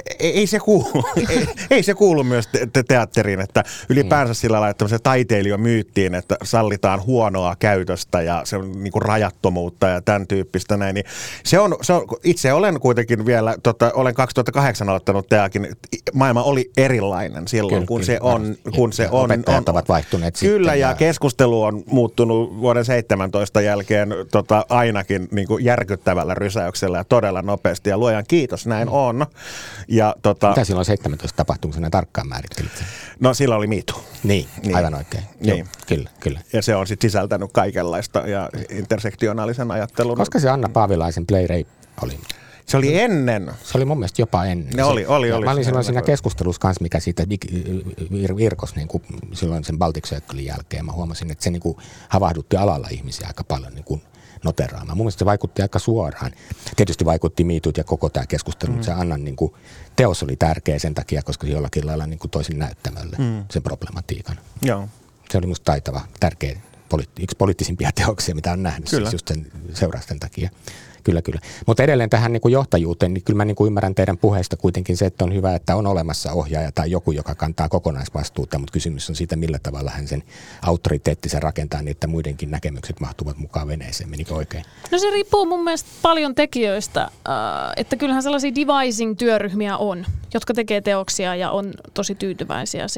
ei se kuulu myös teatteriin, että ylipäänsä sillä lailla, että se taiteilija myyttiin, että sallitaan huonoa käytöstä ja se on niin kuin rajattomuutta ja tämän tyyppistä näin, niin se on itse olen kuitenkin vielä, olen 2008 aloittanut teakin, maailma oli erilainen silloin, kun se on. Opettajat ovat vaihtuneet sitten. Kyllä, ja keskustelu on muuttunut vuoden 17 jälkeen ainakin niin kuin järkyttävällä rysäyksellä ja todella nopeasti, ja luojan kiitos, näin on. Ja, mitä silloin 17 tapahtui, kun sinä tarkkaan määrittelit sen? No silloin oli Me Too. Niin, aivan oikein. Niin. Joo, kyllä. Ja se on sitten sisältänyt kaikenlaista ja intersektionaalisen ajattelun. Koska se Anna Paavilaisen Play Rape oli? Se oli ennen. Se oli mun mielestä jopa ennen. Ne oli. Mä olin silloin siinä keskustelussa kanssa, mikä siitä virkos niin kuin silloin sen Baltic Circlein jälkeen. Mä huomasin, että se niin kuin havahdutti alalla ihmisiä aika paljon niin kuin noteraamaan. Mun mielestä se vaikutti aika suoraan. Tietysti vaikutti Me Too't ja koko tämä keskustelu, mutta se Annan niin kuin teos oli tärkeä sen takia, koska se jollakin lailla niin kuin toisin näyttämölle sen problematiikan. Joo. Se oli musta taitava, tärkeä, yksi poliittisimpia teoksia, mitä on nähnyt siis just sen seurausten takia. Kyllä. Mutta edelleen tähän niin kuin johtajuuteen, niin kyllä mä niin kuin ymmärrän teidän puheesta kuitenkin se, että on hyvä, että on olemassa ohjaaja tai joku, joka kantaa kokonaisvastuuta, mutta kysymys on siitä, millä tavalla hän sen autoriteettisen rakentaa niin, että muidenkin näkemykset mahtuvat mukaan veneeseen. Menikö oikein? No se riippuu mun mielestä paljon tekijöistä, että kyllähän sellaisia devising-työryhmiä on, jotka tekee teoksia ja on tosi tyytyväisiä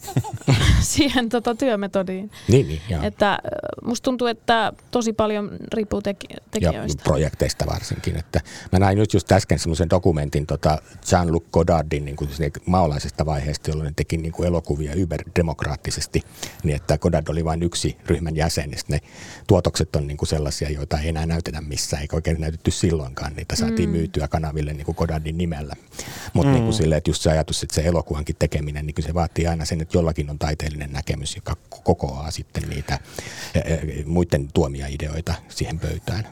siihen työmetodiin. Niin, joo. Että musta tuntuu, että tosi paljon riippuu tekijöistä. Ja projekteista varsinkin. Että mä näin nyt just äsken semmoisen dokumentin Jean-Luc Godardin niin kuin maolaisesta vaiheesta, jolloin ne teki niin kuin elokuvia yberdemokraattisesti, niin että Godard oli vain yksi ryhmän jäsen, ja ne tuotokset on niin kuin sellaisia, joita ei enää näytetä missään, eikä oikein näytetty silloinkaan. Niitä saatiin myytyä kanaville niin kuin Godardin nimellä. Mutta niin kuin silleen, että just se ajatus, että se elokuvankin tekeminen, niin se vaatii aina sen, että jollakin on taiteellinen näkemys, joka kokoaa sitten niitä muiden tuomia ideoita siihen pöytään.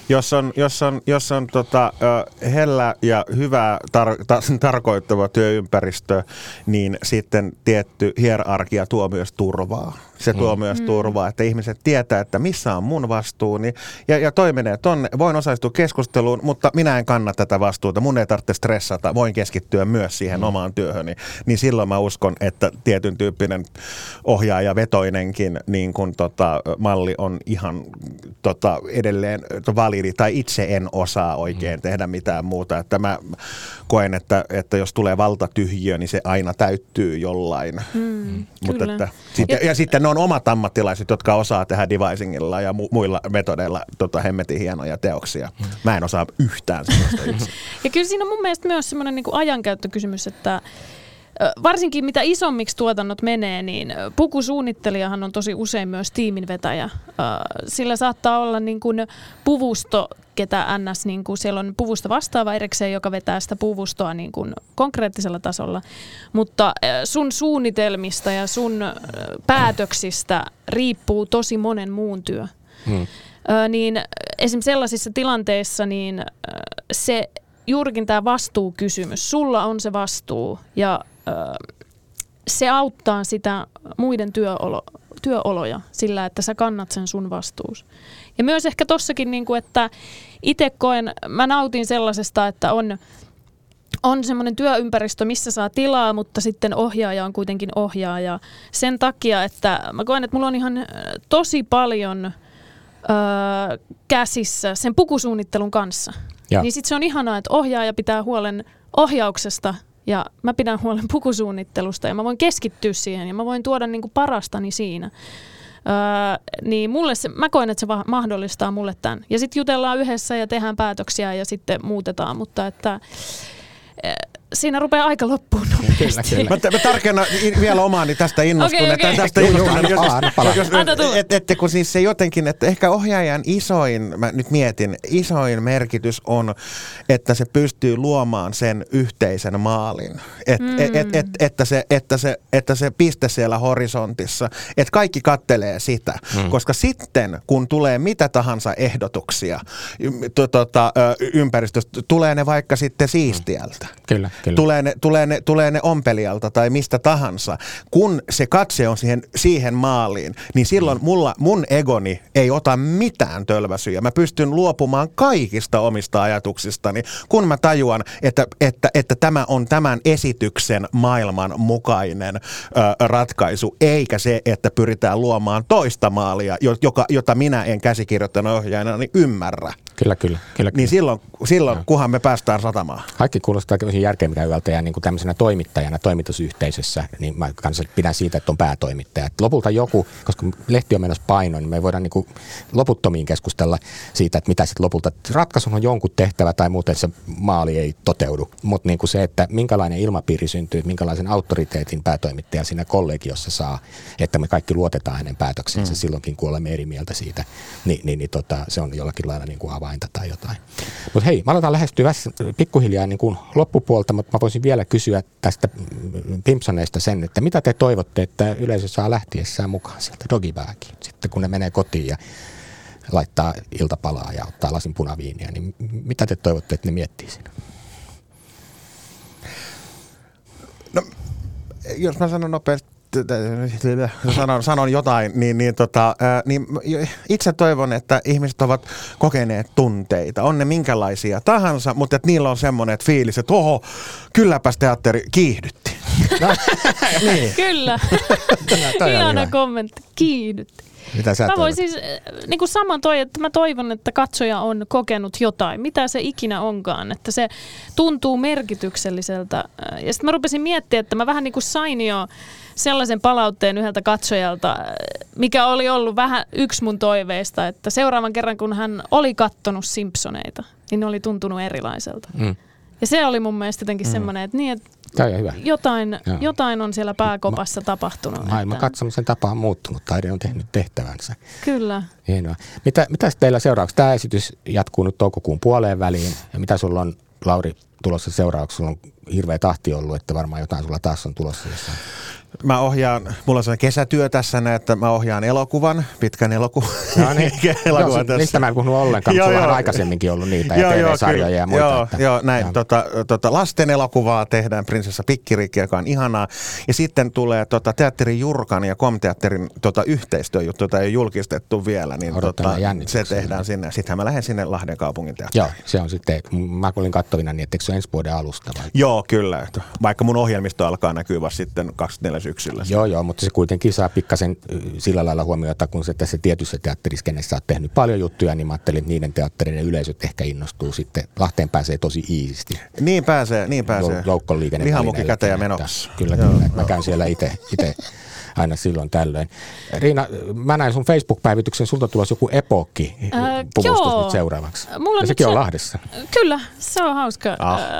Jos on hellä ja hyvää tarkoittava työympäristö, niin sitten tietty hierarkia tuo myös turvaa. Se tuo myös turvaa, että ihmiset tietää, että missä on mun vastuuni. Ja toi menee tonne. Voin osallistua keskusteluun, mutta minä en kanna tätä vastuuta. Mun ei tarvitse stressata. Voin keskittyä myös siihen omaan työhöni. Niin silloin mä uskon, että tietyn tyyppinen ohjaajavetoinenkin niin kun malli on ihan edelleen validi. Tai itse en osaa oikein tehdä mitään muuta. Että mä koen, että jos tulee valtatyhjiö, niin se aina täyttyy jollain. Mutta ja sitten ne on omat ammattilaiset, jotka osaa tehdä devisingilla ja muilla metodeilla hemmetin hienoja teoksia. Mä en osaa yhtään sellaista itse. Ja kyllä siinä on mun mielestä myös semmoinen niin kuin ajankäyttökysymys, että varsinkin mitä isommiksi tuotannot menee, niin pukusuunnittelijahan on tosi usein myös tiiminvetäjä. Sillä saattaa olla niin kuin puvusto, ketä NS, niin kuin siellä on puvusta vastaava erikseen, joka vetää sitä puvustoa niin kuin konkreettisella tasolla. Mutta sun suunnitelmista ja sun päätöksistä riippuu tosi monen muun työ. Niin esimerkiksi sellaisissa tilanteissa niin se juurikin tämä vastuukysymys. Sulla on se vastuu ja se auttaa sitä muiden työoloja sillä, että sä kannat sen sun vastuus. Ja myös ehkä tossakin, niin kuin, että itse koen, mä nautin sellaisesta, että on semmoinen työympäristö, missä saa tilaa, mutta sitten ohjaaja on kuitenkin ohjaaja. Sen takia, että mä koen, että mulla on ihan tosi paljon käsissä sen pukusuunnittelun kanssa. Niin sitten se on ihanaa, että ohjaaja pitää huolen ohjauksesta ja mä pidän huolen pukusuunnittelusta ja mä voin keskittyä siihen ja mä voin tuoda niinku parastani siinä. Niin mä koen, että se mahdollistaa mulle tämän. Ja sitten jutellaan yhdessä ja tehdään päätöksiä ja sitten muutetaan, mutta että siinä rupeaa aika loppuun nopeasti. Mä tarkennan vielä omaani tästä innostuneena. Että kun siis se jotenkin, että ehkä ohjaajan mä nyt mietin, isoin merkitys on, että se pystyy luomaan sen yhteisen maalin. Että se piste siellä horisontissa, että kaikki kattelee sitä. Koska sitten, kun tulee mitä tahansa ehdotuksia ympäristöstä, tulee ne vaikka sitten siistiältä. Kyllä. Tulee ne ompelijalta tai mistä tahansa. Kun se katse on siihen maaliin, niin silloin mun egoni ei ota mitään tölväsyjä. Mä pystyn luopumaan kaikista omista ajatuksistani, kun mä tajuan, että tämä on tämän esityksen maailman mukainen ratkaisu, eikä se, että pyritään luomaan toista maalia, jota minä en käsikirjoittanut ohjaajana niin ymmärrä. Kyllä. Niin silloin kunhan me päästään satamaan. Kaikki kuulostaa järkeenkäyvältä ja niin kuin tämmöisenä toimittajana toimitusyhteisössä, niin mä kanssa pidän siitä, että on päätoimittaja. Et lopulta joku, koska lehti on menossa painoon, niin me voidaan niin kuin loputtomiin keskustella siitä, että mitä sitten lopulta, ratkaisu on jonkun tehtävä tai muuten se maali ei toteudu. Mutta niin kuin se, että minkälainen ilmapiiri syntyy, minkälaisen autoriteetin päätoimittaja siinä kollegiossa saa, että me kaikki luotetaan hänen päätöksensä silloinkin, kun olemme eri mieltä siitä, se on jollakin lailla niin kuin avainta tai jotain. Mutta hei, mä aletaan lähestyä pikkuhiljaa niin kuin loppupuolta, mutta mä voisin vielä kysyä tästä Pimpsoneista sen, että mitä te toivotte, että yleisö saa lähtiessään mukaan sieltä dogibaagiin, sitten kun ne menee kotiin ja laittaa iltapalaa ja ottaa lasin punaviiniä, niin mitä te toivotte, että ne miettii siinä? No, jos mä sanon nopeasti, sanon jotain, niin itse toivon, että ihmiset ovat kokeneet tunteita. On ne minkälaisia tahansa, mutta että niillä on semmoinen fiilis, että kylläpäs teatteri kiihdytti. Niin. Kyllä. Ihana kommentti. Kiihdytti. Mitä sä mä voin siis niin kuin saman että mä toivon, että katsoja on kokenut jotain, mitä se ikinä onkaan, että se tuntuu merkitykselliseltä. Ja sitten mä rupesin miettimään, että mä vähän niin kuin sain jo sellaisen palautteen yhdeltä katsojalta, mikä oli ollut vähän yksi mun toiveista, että seuraavan kerran kun hän oli kattonut Simpsoneita, niin ne oli tuntunut erilaiselta. Ja se oli mun mielestä jotenkin semmoinen, että jotain on siellä pääkopassa tapahtunut. Maailman katsomisen tapa on muuttunut, taide on tehnyt tehtävänsä. Kyllä. Hienoa. Mitä teillä seuraavaksi? Tämä esitys jatkuu nyt toukokuun puoleen väliin. Ja mitä sulla on, Lauri, tulossa seuraavaksi? Sulla on hirveä tahti ollut, että varmaan jotain sulla taas on tulossa jossain. Mä ohjaan, mulla on sellainen kesätyö tässä, että mä ohjaan elokuvan, pitkän elokuvan. No niin, mistä mä en puhunut ollenkaan, mutta sulla on aikaisemminkin ollut niitä ja TV-sarjoja ja muita. Joo, näin. Lasten elokuvaa tehdään Prinsessa Pikkirikki, joka on ihanaa. Ja sitten tulee Teatterin Jurkan ja Komteatterin yhteistyöjuttu, jota ei ole julkistettu vielä. Niin se tehdään sinne. Sittenhän mä lähden sinne Lahden kaupungin teatteriin. Joo, se on sitten, mä olin katsovina, niin etteikö se on ensi vuoden alusta? Vai? Joo, kyllä. Vaikka mun ohjelmisto alkaa näkyä vasta sitten 24 syksyllä. Joo, mutta se kuitenkin saa pikkasen sillä lailla huomiota, kun se tässä tietyssä teatteriskenessä on tehnyt paljon juttuja, niin mä ajattelin, että niiden teatterien yleisöt ehkä innostuu sitten. Lahteen pääsee tosi iisisti. Niin pääsee. Joukkoliikennevälineellä. Lihamukki käteen ja menossa. Kyllä. Mä käyn siellä itse aina silloin tällöin. Riina, mä näin sun Facebook-päivityksen, sulta tulossa joku Epokki-puvustus nyt seuraavaksi. Ja sekin on Lahdessa. Kyllä, se on hauska.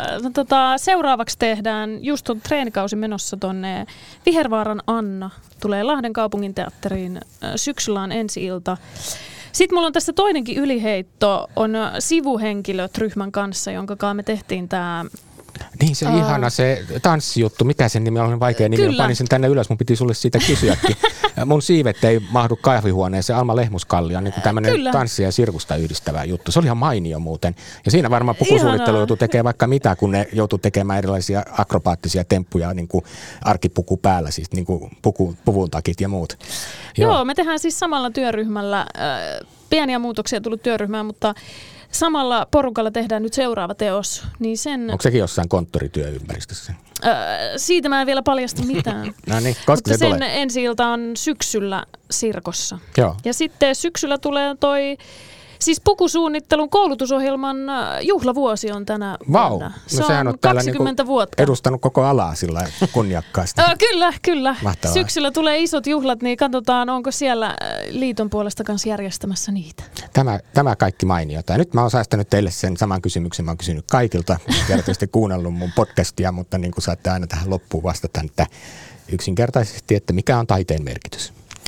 Seuraavaksi tehdään, just on treenikausi menossa tonne Vihervaaran Anna. Tulee Lahden kaupungin teatteriin, syksyllä on ensi-ilta. Sitten mulla on tässä toinenkin yliheitto, on Sivuhenkilöt ryhmän kanssa, jonka kanssa me tehtiin tämä. Niin se ihana se tanssijuttu, mikä sen nimi on, vaikea nimi, mä panin sen tänne ylös, mun piti sulle siitä kysyäkin. Mun siivet ei mahdu kahvihuoneeseen, Alma Lehmuskalli on niin tämmöinen tanssia ja sirkusta yhdistävä juttu. Se oli ihan mainio muuten. Ja siinä varmaan pukusuunnittelu joutuu tekemään vaikka mitä, kun ne joutuu tekemään erilaisia akrobaattisia temppuja, niin kuin arkipuku päällä, siis niin kuin puvun takit ja muut. Joo, me tehdään siis samalla työryhmällä, pieniä muutoksia tullut työryhmään, mutta samalla porukalla tehdään nyt seuraava teos. Niin onko sekin jossain konttorityöympäristössä? Siitä mä en vielä paljasta mitään. No niin, koska mutta sen ensi-ilta on syksyllä Sirkossa. Joo. Ja sitten syksyllä tulee toi Siis pukusuunnittelun koulutusohjelman juhlavuosi on tänä vuonna. Se sehän on täällä 20 vuotta. Edustanut koko alaa sillä kunniakkaasti. Kyllä. Mahtavaa. Syksyllä tulee isot juhlat, niin katsotaan, onko siellä liiton puolesta kanssa järjestämässä niitä. Tämä kaikki mainiota. Ja nyt mä oon säästänyt teille sen saman kysymyksen. Mä oon kysynyt kaikilta. Kertoisesti kuunnellut mun podcastia, mutta niin kuin saatte aina tähän loppuun vastata, että yksinkertaisesti, että mikä on taiteen merkitys?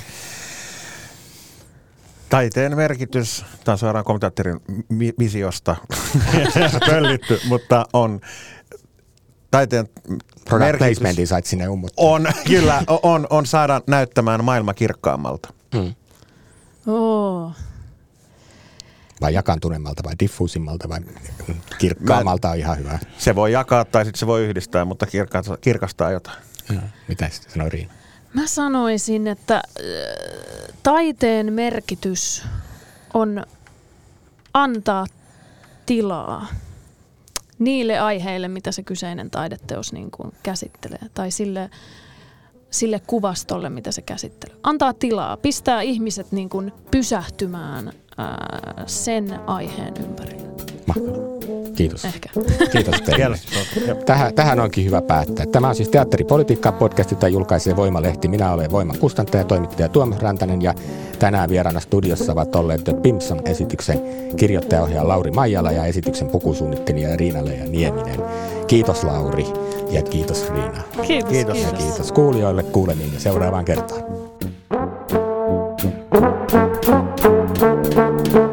Taiteen merkitys, tämä on suoraan kommentaattorin visiosta pöllitty, mutta on taiteen Product placementin sait sinne ummuttaa. On, kyllä, on saada näyttämään maailma kirkkaammalta. Vai jakaantuneemmalta vai diffuusimmalta vai kirkkaammalta on ihan hyvä. Se voi jakaa tai sitten se voi yhdistää, mutta kirkastaa jotain. Mitä sitten sanoi Riina? Mä sanoisin, että taiteen merkitys on antaa tilaa niille aiheille, mitä se kyseinen taideteos niin kuin käsittelee, tai sille kuvastolle, mitä se käsittelee. Antaa tilaa, pistää ihmiset niin kuin pysähtymään sen aiheen ympärille. Kiitos. Ehkä. Kiitos teille. Tähän onkin hyvä päättää. Tämä on siis Teatteripolitiikka -podcast, jota julkaisee Voima-lehti. Minä olen Voiman kustantaja ja toimittaja Tuomas Rantanen, ja tänään vieraana studiossa ovat olleet The Pimpson-esityksen kirjoittajaohjaaja Lauri Maijala ja esityksen pukusuunnittelija Riina-Leija Nieminen. Kiitos Lauri ja kiitos Riina. Kiitos. Ja kiitos kuulijoille, kuulemiin ja seuraavaan kertaan.